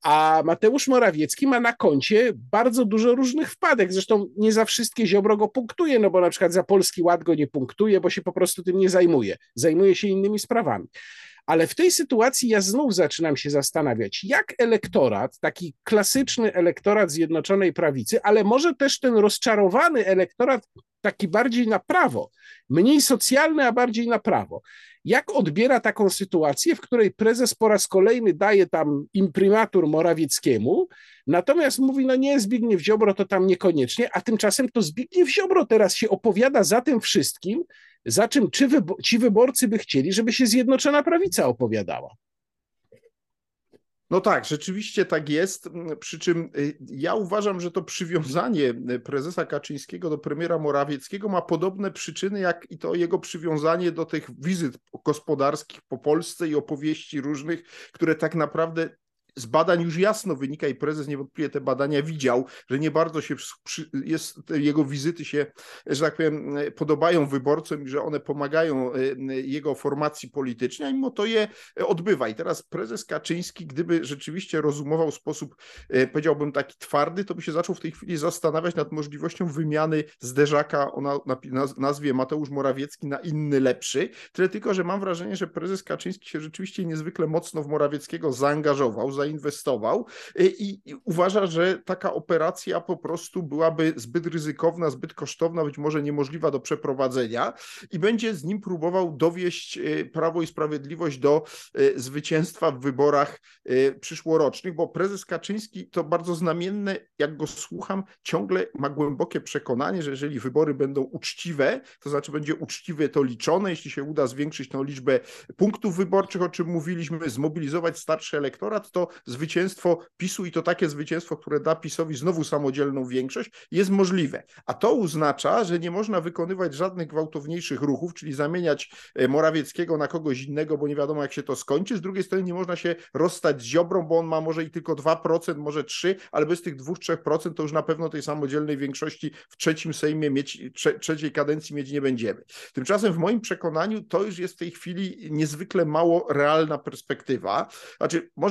a Mateusz Morawiecki ma na koncie bardzo dużo różnych wpadek. Zresztą nie za wszystkie Ziobro go punktuje, no bo na przykład za Polski Ład go nie punktuje, bo się po prostu tym nie zajmuje. Zajmuje się innymi sprawami. Ale w tej sytuacji ja znów zaczynam się zastanawiać, jak elektorat, taki klasyczny elektorat Zjednoczonej Prawicy, ale może też ten rozczarowany elektorat taki bardziej na prawo, mniej socjalny, a bardziej na prawo. Jak odbiera taką sytuację, w której prezes po raz kolejny daje tam imprimatur Morawieckiemu, natomiast mówi, no nie, Zbigniew Ziobro to tam niekoniecznie, a tymczasem to Zbigniew Ziobro teraz się opowiada za tym wszystkim, za czym ci, wybo- ci wyborcy by chcieli, żeby się Zjednoczona Prawica opowiadała. No tak, rzeczywiście tak jest, przy czym ja uważam, że to przywiązanie prezesa Kaczyńskiego do premiera Morawieckiego ma podobne przyczyny, jak i to jego przywiązanie do tych wizyt gospodarskich po Polsce i opowieści różnych, które tak naprawdę z badań już jasno wynika i prezes niewątpliwie te badania widział, że nie bardzo się przy, jest, jego wizyty się, że tak powiem, podobają wyborcom i że one pomagają jego formacji politycznej, a mimo to je odbywa. I teraz prezes Kaczyński, gdyby rzeczywiście rozumował w sposób, powiedziałbym, taki twardy, to by się zaczął w tej chwili zastanawiać nad możliwością wymiany zderzaka o nazwie Mateusz Morawiecki na inny, lepszy. Tyle tylko, że mam wrażenie, że prezes Kaczyński się rzeczywiście niezwykle mocno w Morawieckiego zaangażował, zainwestował i, i uważa, że taka operacja po prostu byłaby zbyt ryzykowna, zbyt kosztowna, być może niemożliwa do przeprowadzenia i będzie z nim próbował dowieść Prawo i Sprawiedliwość do zwycięstwa w wyborach przyszłorocznych, bo prezes Kaczyński to bardzo znamienne, jak go słucham, ciągle ma głębokie przekonanie, że jeżeli wybory będą uczciwe, to znaczy będzie uczciwie to liczone, jeśli się uda zwiększyć tą liczbę punktów wyborczych, o czym mówiliśmy, zmobilizować starszy elektorat, to zwycięstwo PiSu i to takie zwycięstwo, które da PiSowi znowu samodzielną większość, jest możliwe. A to oznacza, że nie można wykonywać żadnych gwałtowniejszych ruchów, czyli zamieniać Morawieckiego na kogoś innego, bo nie wiadomo, jak się to skończy. Z drugiej strony nie można się rozstać z Ziobrą, bo on ma może i tylko dwa procent, może trzy procent, ale bez tych dwa do trzech procent to już na pewno tej samodzielnej większości w trzecim Sejmie mieć, trze, trzeciej kadencji mieć nie będziemy. Tymczasem w moim przekonaniu to już jest w tej chwili niezwykle mało realna perspektywa. Znaczy, można by założyć,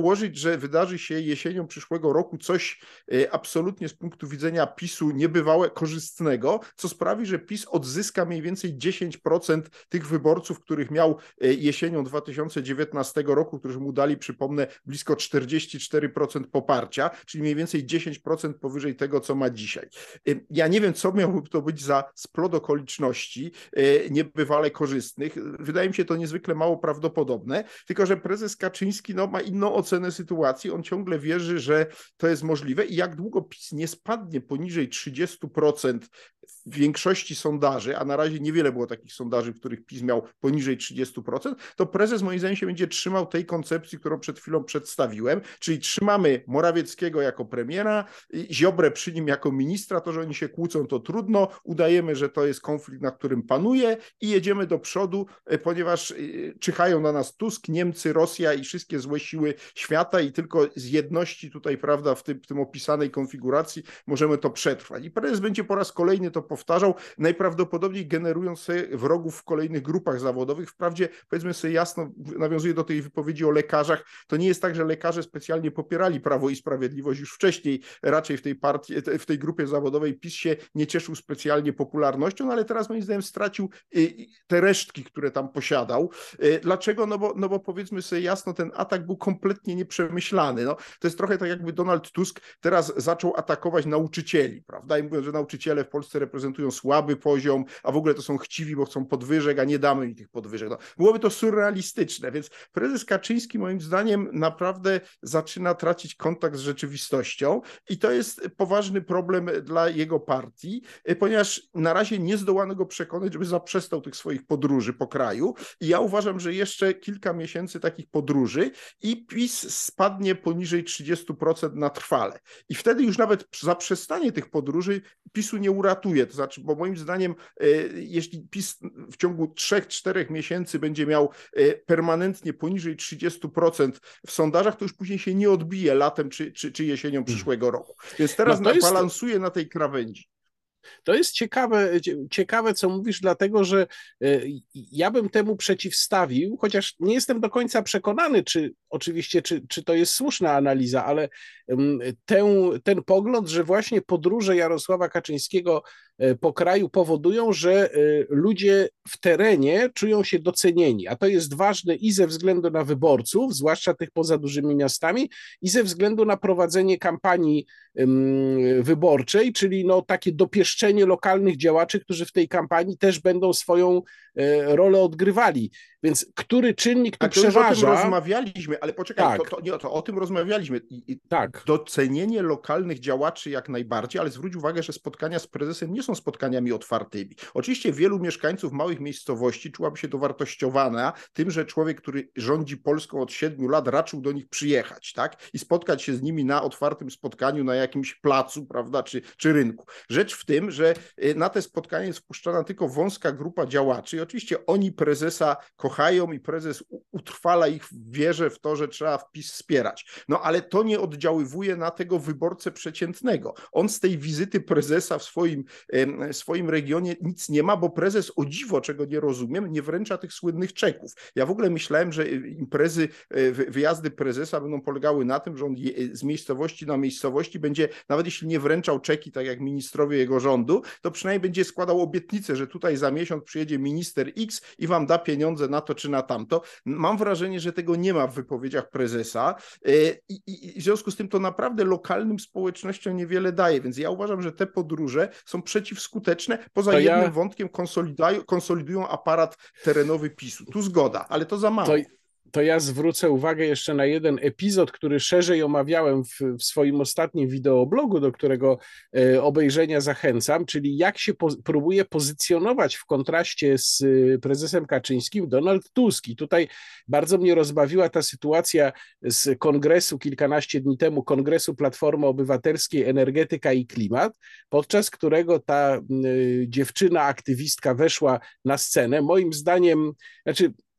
założyć, że wydarzy się jesienią przyszłego roku coś absolutnie z punktu widzenia PiSu niebywałe, korzystnego, co sprawi, że PiS odzyska mniej więcej dziesięć procent tych wyborców, których miał jesienią dwa tysiące dziewiętnastego roku, którzy mu dali, przypomnę, blisko czterdzieści cztery procent poparcia, czyli mniej więcej dziesięć procent powyżej tego, co ma dzisiaj. Ja nie wiem, co miałby to być za splot okoliczności niebywale korzystnych. Wydaje mi się to niezwykle mało prawdopodobne, tylko że prezes Kaczyński no, ma inną ocenę sytuacji. On ciągle wierzy, że to jest możliwe i jak długo PiS nie spadnie poniżej trzydziestu procent w większości sondaży, a na razie niewiele było takich sondaży, w których PiS miał poniżej trzydziestu procent, to prezes moim zdaniem się będzie trzymał tej koncepcji, którą przed chwilą przedstawiłem, czyli trzymamy Morawieckiego jako premiera, Ziobrę przy nim jako ministra, to, że oni się kłócą, to trudno, udajemy, że to jest konflikt, na którym panuje i jedziemy do przodu, ponieważ czyhają na nas Tusk, Niemcy, Rosja i wszystkie złe siły świata i tylko z jedności tutaj, prawda, w tym, w tym opisanej konfiguracji możemy to przetrwać. I prezes będzie po raz kolejny to powtarzał, najprawdopodobniej generując sobie wrogów w kolejnych grupach zawodowych. Wprawdzie, powiedzmy sobie jasno, nawiązuję do tej wypowiedzi o lekarzach, to nie jest tak, że lekarze specjalnie popierali Prawo i Sprawiedliwość już wcześniej, raczej w tej partii, w tej grupie zawodowej PiS się nie cieszył specjalnie popularnością, no ale teraz moim zdaniem stracił te resztki, które tam posiadał. Dlaczego? No bo, no bo powiedzmy sobie jasno, ten atak był kompletnie nieprzemyślany. No, to jest trochę tak, jakby Donald Tusk teraz zaczął atakować nauczycieli, prawda? I mówią, że nauczyciele w Polsce reprezentują słaby poziom, a w ogóle to są chciwi, bo chcą podwyżek, a nie damy im tych podwyżek. No, byłoby to surrealistyczne, więc prezes Kaczyński moim zdaniem naprawdę zaczyna tracić kontakt z rzeczywistością i to jest poważny problem dla jego partii, ponieważ na razie nie zdołano go przekonać, żeby zaprzestał tych swoich podróży po kraju i ja uważam, że jeszcze kilka miesięcy takich podróży i PiS spadnie poniżej trzydziestu procent na trwale. I wtedy już nawet zaprzestanie tych podróży PiSu nie uratuje. To znaczy, bo moim zdaniem, jeśli PiS w ciągu trzech, czterech miesięcy będzie miał permanentnie poniżej trzydziestu procent w sondażach, to już później się nie odbije latem czy, czy, czy jesienią przyszłego roku. Więc teraz no jest... balansuje na tej krawędzi. To jest ciekawe, ciekawe, co mówisz, dlatego że ja bym temu przeciwstawił, chociaż nie jestem do końca przekonany, czy oczywiście, czy, czy to jest słuszna analiza, ale ten, ten pogląd, że właśnie podróże Jarosława Kaczyńskiego po kraju powodują, że ludzie w terenie czują się docenieni, a to jest ważne i ze względu na wyborców, zwłaszcza tych poza dużymi miastami, i ze względu na prowadzenie kampanii wyborczej, czyli no takie dopieszczenie lokalnych działaczy, którzy w tej kampanii też będą swoją rolę odgrywali. Więc który czynnik tu przeważa? O tym rozmawialiśmy, ale poczekaj, tak. to, to, nie, to o tym rozmawialiśmy. I, tak. Docenienie lokalnych działaczy jak najbardziej, ale zwróć uwagę, że spotkania z prezesem nie są spotkaniami otwartymi. Oczywiście wielu mieszkańców małych miejscowości czułaby się dowartościowana tym, że człowiek, który rządzi Polską od siedmiu lat, raczył do nich przyjechać, tak? I spotkać się z nimi na otwartym spotkaniu na jakimś placu, prawda, czy, czy rynku. Rzecz w tym, że na te spotkanie jest wpuszczana tylko wąska grupa działaczy i oczywiście oni prezesa kochają i prezes utrwala ich w wierze w to, że trzeba PiS wspierać. No ale to nie oddziaływuje na tego wyborcę przeciętnego. On z tej wizyty prezesa w swoim, w swoim regionie nic nie ma, bo prezes, o dziwo, czego nie rozumiem, nie wręcza tych słynnych czeków. Ja w ogóle myślałem, że imprezy, wyjazdy prezesa będą polegały na tym, że on z miejscowości na miejscowości będzie, nawet jeśli nie wręczał czeki, tak jak ministrowie jego rządu, to przynajmniej będzie składał obietnicę, że tutaj za miesiąc przyjedzie minister X i wam da pieniądze na to czy na tamto. Mam wrażenie, że tego nie ma w wypowiedziach prezesa i, i, i w związku z tym to naprawdę lokalnym społecznościom niewiele daje, więc ja uważam, że te podróże są przeciwskuteczne, poza to jednym ja... wątkiem konsolidują, konsolidują aparat terenowy PiSu. Tu zgoda, ale to za mało. To... To ja zwrócę uwagę jeszcze na jeden epizod, który szerzej omawiałem w, w swoim ostatnim wideoblogu, do którego e, obejrzenia zachęcam, czyli jak się po, próbuje pozycjonować w kontraście z e, prezesem Kaczyńskim Donald Tusk. I tutaj bardzo mnie rozbawiła ta sytuacja z kongresu kilkanaście dni temu, kongresu Platformy Obywatelskiej Energetyka i Klimat, podczas którego ta e, dziewczyna, aktywistka weszła na scenę. Moim zdaniem, znaczy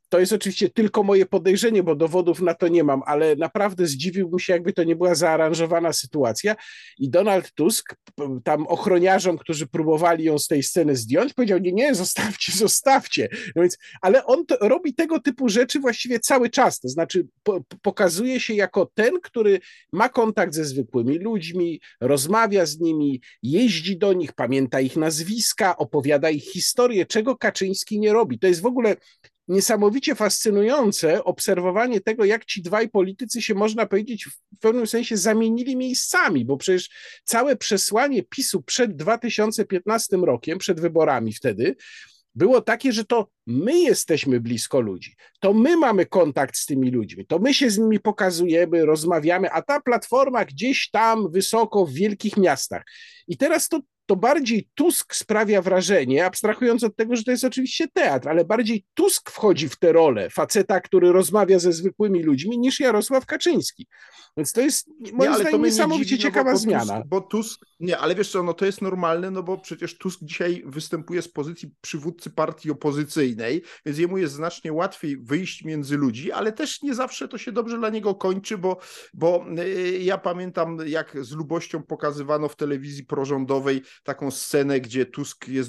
To jest oczywiście tylko moje podejrzenie, bo dowodów na to nie mam, ale naprawdę zdziwiłbym się, jakby to nie była zaaranżowana sytuacja. I Donald Tusk tam ochroniarzom, którzy próbowali ją z tej sceny zdjąć, powiedział: nie, nie, zostawcie, zostawcie. No więc, ale on to, robi tego typu rzeczy właściwie cały czas. To znaczy po, pokazuje się jako ten, który ma kontakt ze zwykłymi ludźmi, rozmawia z nimi, jeździ do nich, pamięta ich nazwiska, opowiada ich historię, czego Kaczyński nie robi. To jest w ogóle niesamowicie fascynujące obserwowanie tego, jak ci dwaj politycy się, można powiedzieć, w pewnym sensie zamienili miejscami, bo przecież całe przesłanie PiSu przed dwa tysiące piętnastym rokiem, przed wyborami wtedy, było takie, że to my jesteśmy blisko ludzi, to my mamy kontakt z tymi ludźmi, to my się z nimi pokazujemy, rozmawiamy, a ta Platforma gdzieś tam wysoko w wielkich miastach. I teraz to to bardziej Tusk sprawia wrażenie, abstrahując od tego, że to jest oczywiście teatr, ale bardziej Tusk wchodzi w tę rolę faceta, który rozmawia ze zwykłymi ludźmi, niż Jarosław Kaczyński. Więc to jest, moim nie, ale zdaniem, to niesamowicie dziwi, ciekawa no bo, bo zmiana. Tusk, bo Tusk, nie, ale wiesz co, no to jest normalne, no bo przecież Tusk dzisiaj występuje z pozycji przywódcy partii opozycyjnej, więc jemu jest znacznie łatwiej wyjść między ludzi, ale też nie zawsze to się dobrze dla niego kończy, bo, bo ja pamiętam, jak z lubością pokazywano w telewizji prorządowej taką scenę, gdzie Tusk jest,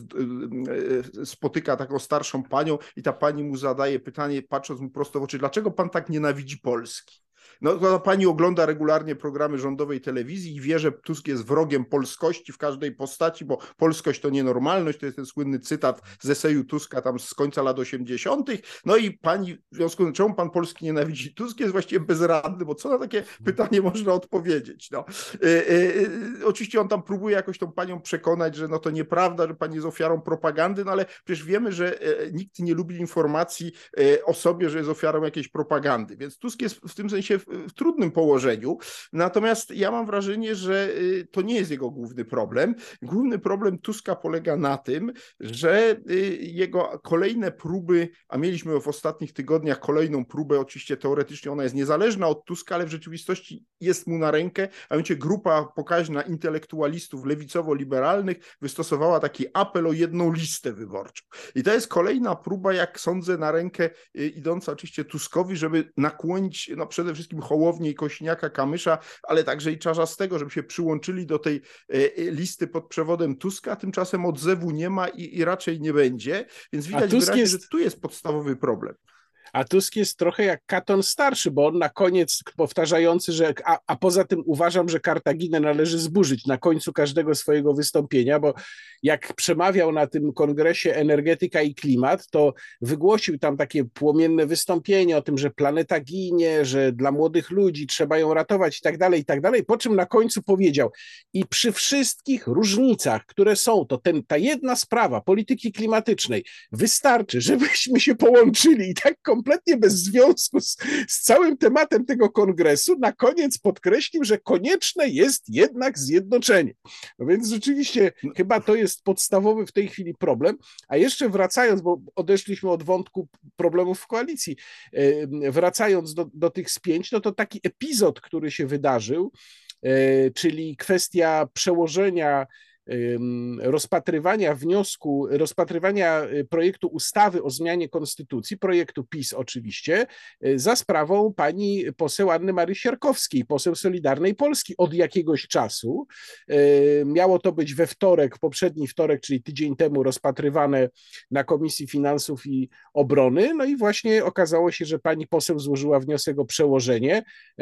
spotyka taką starszą panią i ta pani mu zadaje pytanie, patrząc mu prosto w oczy: dlaczego pan tak nienawidzi Polski? No, to pani ogląda regularnie programy rządowej telewizji i wie, że Tusk jest wrogiem polskości w każdej postaci, bo polskość to nienormalność, to jest ten słynny cytat z eseju Tuska tam z końca lat osiemdziesiątych. No i pani, w związku z tym, czemu pan Polski nienawidzi? Tusk jest właściwie bezradny, bo co na takie pytanie można odpowiedzieć? No. Yy, yy, oczywiście on tam próbuje jakoś tą panią przekonać, że no to nieprawda, że pani jest ofiarą propagandy, no ale przecież wiemy, że yy, nikt nie lubi informacji yy, o sobie, że jest ofiarą jakiejś propagandy, więc Tusk jest w tym sensie w, w trudnym położeniu, natomiast ja mam wrażenie, że to nie jest jego główny problem. Główny problem Tuska polega na tym, że jego kolejne próby, a mieliśmy w ostatnich tygodniach kolejną próbę, oczywiście teoretycznie ona jest niezależna od Tuska, ale w rzeczywistości jest mu na rękę, a mianowicie grupa pokaźna intelektualistów lewicowo-liberalnych wystosowała taki apel o jedną listę wyborczą. I to jest kolejna próba, jak sądzę, na rękę idąca oczywiście Tuskowi, żeby nakłonić no przede wszystkim Hołownię i Kosiniaka-Kamysza, ale także i Czarzastego, żeby się przyłączyli do tej listy pod przewodem Tuska. Tymczasem odzewu nie ma i, i raczej nie będzie, więc widać wyraźnie, jest... że tu jest podstawowy problem. A Tusk jest trochę jak Katon Starszy, bo on na koniec powtarzający, że a, a poza tym uważam, że Kartaginę należy zburzyć na końcu każdego swojego wystąpienia, bo jak przemawiał na tym kongresie Energetyka i Klimat, to wygłosił tam takie płomienne wystąpienie o tym, że planeta ginie, że dla młodych ludzi trzeba ją ratować i tak dalej, i tak dalej, po czym na końcu powiedział: i przy wszystkich różnicach, które są, to ten, ta jedna sprawa polityki klimatycznej wystarczy, żebyśmy się połączyli i tak kompletnie bez związku z, z całym tematem tego kongresu, na koniec podkreślił, że konieczne jest jednak zjednoczenie. No więc rzeczywiście no. chyba to jest podstawowy w tej chwili problem. A jeszcze wracając, bo odeszliśmy od wątku problemów w koalicji, wracając do, do tych spięć, no to taki epizod, który się wydarzył, czyli kwestia przełożenia rozpatrywania wniosku, rozpatrywania projektu ustawy o zmianie konstytucji, projektu PiS oczywiście, za sprawą pani poseł Anny Marii Siarkowskiej, poseł Solidarnej Polski od jakiegoś czasu. Miało to być we wtorek, poprzedni wtorek, czyli tydzień temu, rozpatrywane na Komisji Finansów i Obrony, no i właśnie okazało się, że pani poseł złożyła wniosek o przełożenie,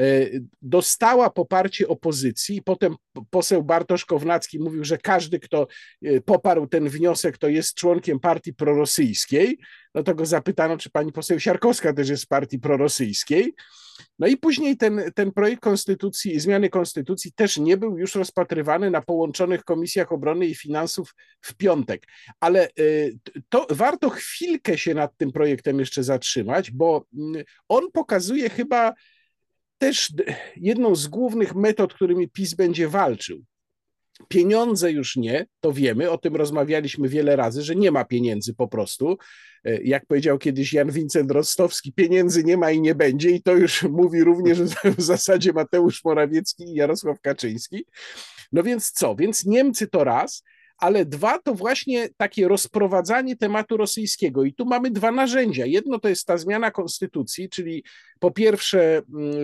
dostała poparcie opozycji, potem poseł Bartosz Kownacki mówił, że każdy, kto poparł ten wniosek, to jest członkiem partii prorosyjskiej. No to go zapytano, czy pani poseł Siarkowska też jest z partii prorosyjskiej. No i później ten, ten projekt konstytucji, zmiany konstytucji też nie był już rozpatrywany na połączonych Komisjach Obrony i Finansów w piątek. Ale to warto chwilkę się nad tym projektem jeszcze zatrzymać, bo on pokazuje chyba też jedną z głównych metod, którymi PiS będzie walczył. Pieniądze już nie, to wiemy, o tym rozmawialiśmy wiele razy, że nie ma pieniędzy po prostu. Jak powiedział kiedyś Jan Wincent Rostowski, pieniędzy nie ma i nie będzie, i to już mówi również w zasadzie Mateusz Morawiecki i Jarosław Kaczyński. No więc co? Więc Niemcy to raz, ale dwa to właśnie takie rozprowadzanie tematu rosyjskiego. I tu mamy dwa narzędzia. Jedno to jest ta zmiana konstytucji, czyli po pierwsze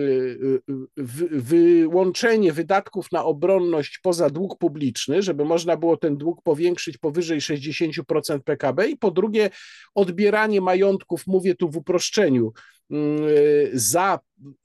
wyłączenie wydatków na obronność poza dług publiczny, żeby można było ten dług powiększyć powyżej sześćdziesiąt procent P K B, i po drugie odbieranie majątków, mówię tu w uproszczeniu, za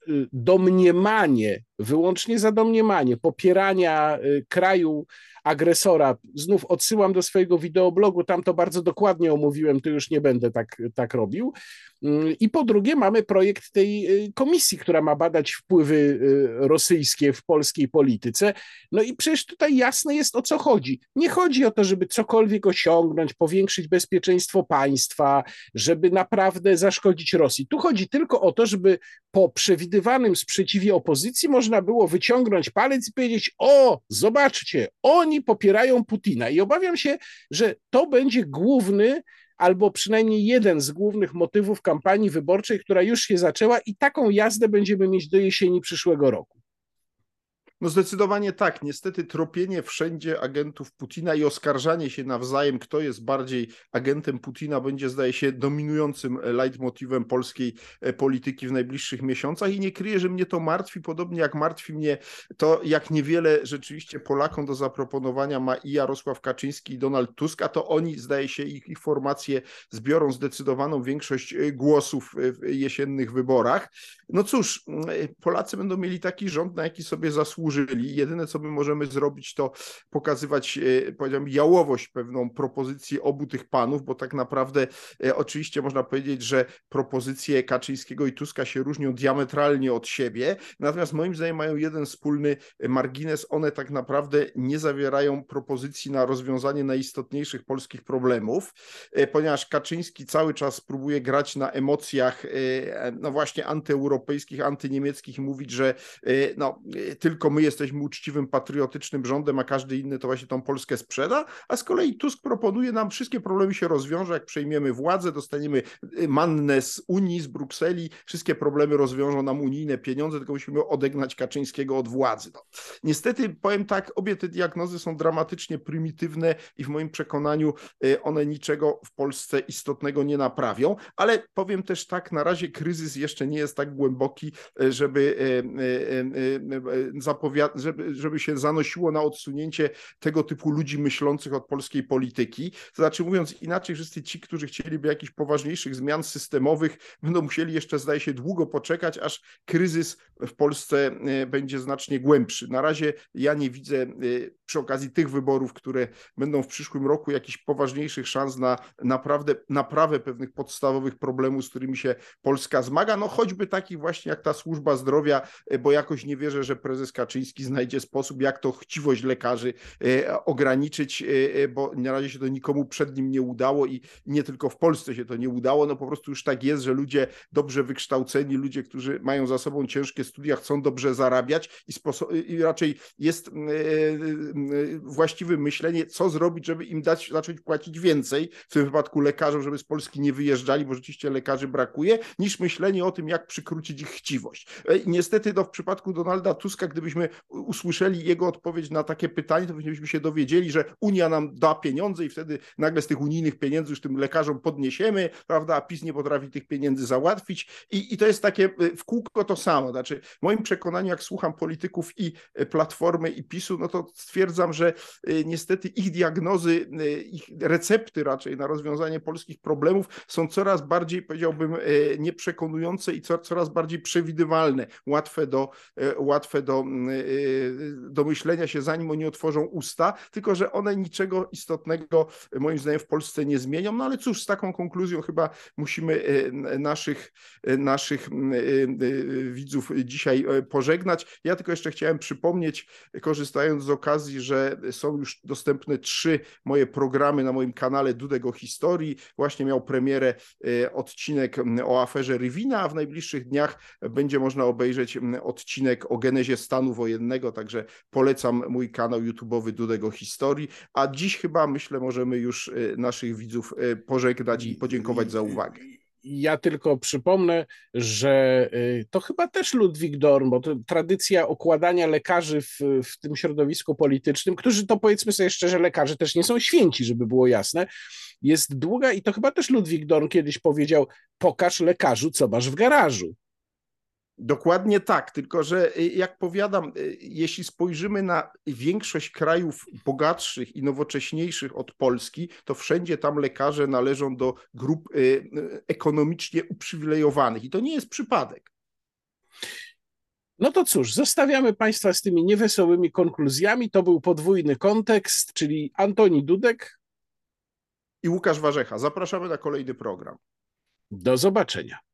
domniemanie, wyłącznie za domniemanie popierania kraju agresora. Znów odsyłam do swojego wideoblogu, tam to bardzo dokładnie omówiłem, to już nie będę tak, tak robił. I po drugie mamy projekt tej komisji, która ma badać wpływy rosyjskie w polskiej polityce. No i przecież tutaj jasne jest, o co chodzi. Nie chodzi o to, żeby cokolwiek osiągnąć, powiększyć bezpieczeństwo państwa, żeby naprawdę zaszkodzić Rosji. Tu chodzi tylko o to, żeby po przewidywanym sprzeciwie opozycji można było wyciągnąć palec i powiedzieć: o, zobaczcie, oni popierają Putina. I obawiam się, że to będzie główny, albo przynajmniej jeden z głównych motywów kampanii wyborczej, która już się zaczęła, i taką jazdę będziemy mieć do jesieni przyszłego roku. No zdecydowanie tak. Niestety tropienie wszędzie agentów Putina i oskarżanie się nawzajem, kto jest bardziej agentem Putina, będzie, zdaje się, dominującym leitmotywem polskiej polityki w najbliższych miesiącach, i nie kryję, że mnie to martwi, podobnie jak martwi mnie to, jak niewiele rzeczywiście Polakom do zaproponowania ma i Jarosław Kaczyński, i Donald Tusk, a to oni, zdaje się, ich, ich formacje zbiorą zdecydowaną większość głosów w jesiennych wyborach. No cóż, Polacy będą mieli taki rząd, na jaki sobie zasłużyli. Jedyne, co my możemy zrobić, to pokazywać, powiedziałbym, jałowość pewną propozycji obu tych panów, bo tak naprawdę oczywiście można powiedzieć, że propozycje Kaczyńskiego i Tuska się różnią diametralnie od siebie, natomiast moim zdaniem mają jeden wspólny margines. One tak naprawdę nie zawierają propozycji na rozwiązanie najistotniejszych polskich problemów, ponieważ Kaczyński cały czas próbuje grać na emocjach, no właśnie, antyeuropejskich, antyniemieckich i mówić, że no, tylko my jesteśmy uczciwym, patriotycznym rządem, a każdy inny to właśnie tą Polskę sprzeda, a z kolei Tusk proponuje nam, wszystkie problemy się rozwiążą, jak przejmiemy władzę, dostaniemy mannę z Unii, z Brukseli, wszystkie problemy rozwiążą nam unijne pieniądze, tylko musimy odegnać Kaczyńskiego od władzy. No. Niestety, powiem tak, obie te diagnozy są dramatycznie prymitywne i w moim przekonaniu one niczego w Polsce istotnego nie naprawią, ale powiem też tak, na razie kryzys jeszcze nie jest tak głęboki, żeby zapowiadać, Żeby, żeby się zanosiło na odsunięcie tego typu ludzi myślących od polskiej polityki. To znaczy, mówiąc inaczej, wszyscy ci, którzy chcieliby jakichś poważniejszych zmian systemowych, będą musieli jeszcze, zdaje się, długo poczekać, aż kryzys w Polsce będzie znacznie głębszy. Na razie ja nie widzę przy okazji tych wyborów, które będą w przyszłym roku, jakichś poważniejszych szans na naprawdę naprawę pewnych podstawowych problemów, z którymi się Polska zmaga. No choćby takich właśnie jak ta służba zdrowia, bo jakoś nie wierzę, że prezes Kaczyński znajdzie sposób, jak to chciwość lekarzy e, ograniczyć, e, bo na razie się to nikomu przed nim nie udało i nie tylko w Polsce się to nie udało. No po prostu już tak jest, że ludzie dobrze wykształceni, ludzie, którzy mają za sobą ciężkie studia, chcą dobrze zarabiać i, sposób, i raczej jest e, e, właściwe myślenie, co zrobić, żeby im dać, zacząć płacić więcej, w tym wypadku lekarzom, żeby z Polski nie wyjeżdżali, bo rzeczywiście lekarzy brakuje, niż myślenie o tym, jak przykrócić ich chciwość. E, niestety no, w przypadku Donalda Tuska, gdybyśmy usłyszeli jego odpowiedź na takie pytanie, to byśmy się dowiedzieli, że Unia nam da pieniądze i wtedy nagle z tych unijnych pieniędzy już tym lekarzom podniesiemy, prawda, a PiS nie potrafi tych pieniędzy załatwić i, i to jest takie w kółko to samo. Znaczy, w moim przekonaniu, jak słucham polityków i Platformy i PiSu, no to stwierdzam, że niestety ich diagnozy, ich recepty raczej na rozwiązanie polskich problemów są coraz bardziej, powiedziałbym, nieprzekonujące i coraz bardziej przewidywalne, łatwe do, łatwe do do myślenia się, zanim oni otworzą usta, tylko że one niczego istotnego moim zdaniem w Polsce nie zmienią. No ale cóż, z taką konkluzją chyba musimy naszych, naszych widzów dzisiaj pożegnać. Ja tylko jeszcze chciałem przypomnieć, korzystając z okazji, że są już dostępne trzy moje programy na moim kanale Dudek o historii. Właśnie miał premierę odcinek o aferze Rywina, a w najbliższych dniach będzie można obejrzeć odcinek o genezie stanu wojennego, także polecam mój kanał YouTube'owy Dudek o historii, a dziś chyba, myślę, możemy już naszych widzów pożegnać i podziękować za uwagę. Ja tylko przypomnę, że to chyba też Ludwik Dorn, bo to tradycja okładania lekarzy w, w tym środowisku politycznym, którzy to, powiedzmy sobie szczerze, lekarze też nie są święci, żeby było jasne, jest długa i to chyba też Ludwik Dorn kiedyś powiedział: pokaż lekarzu, co masz w garażu. Dokładnie tak, tylko że jak powiadam, jeśli spojrzymy na większość krajów bogatszych i nowocześniejszych od Polski, to wszędzie tam lekarze należą do grup ekonomicznie uprzywilejowanych i to nie jest przypadek. No to cóż, zostawiamy Państwa z tymi niewesołymi konkluzjami. To był podwójny kontekst, czyli Antoni Dudek i Łukasz Warzecha. Zapraszamy na kolejny program. Do zobaczenia.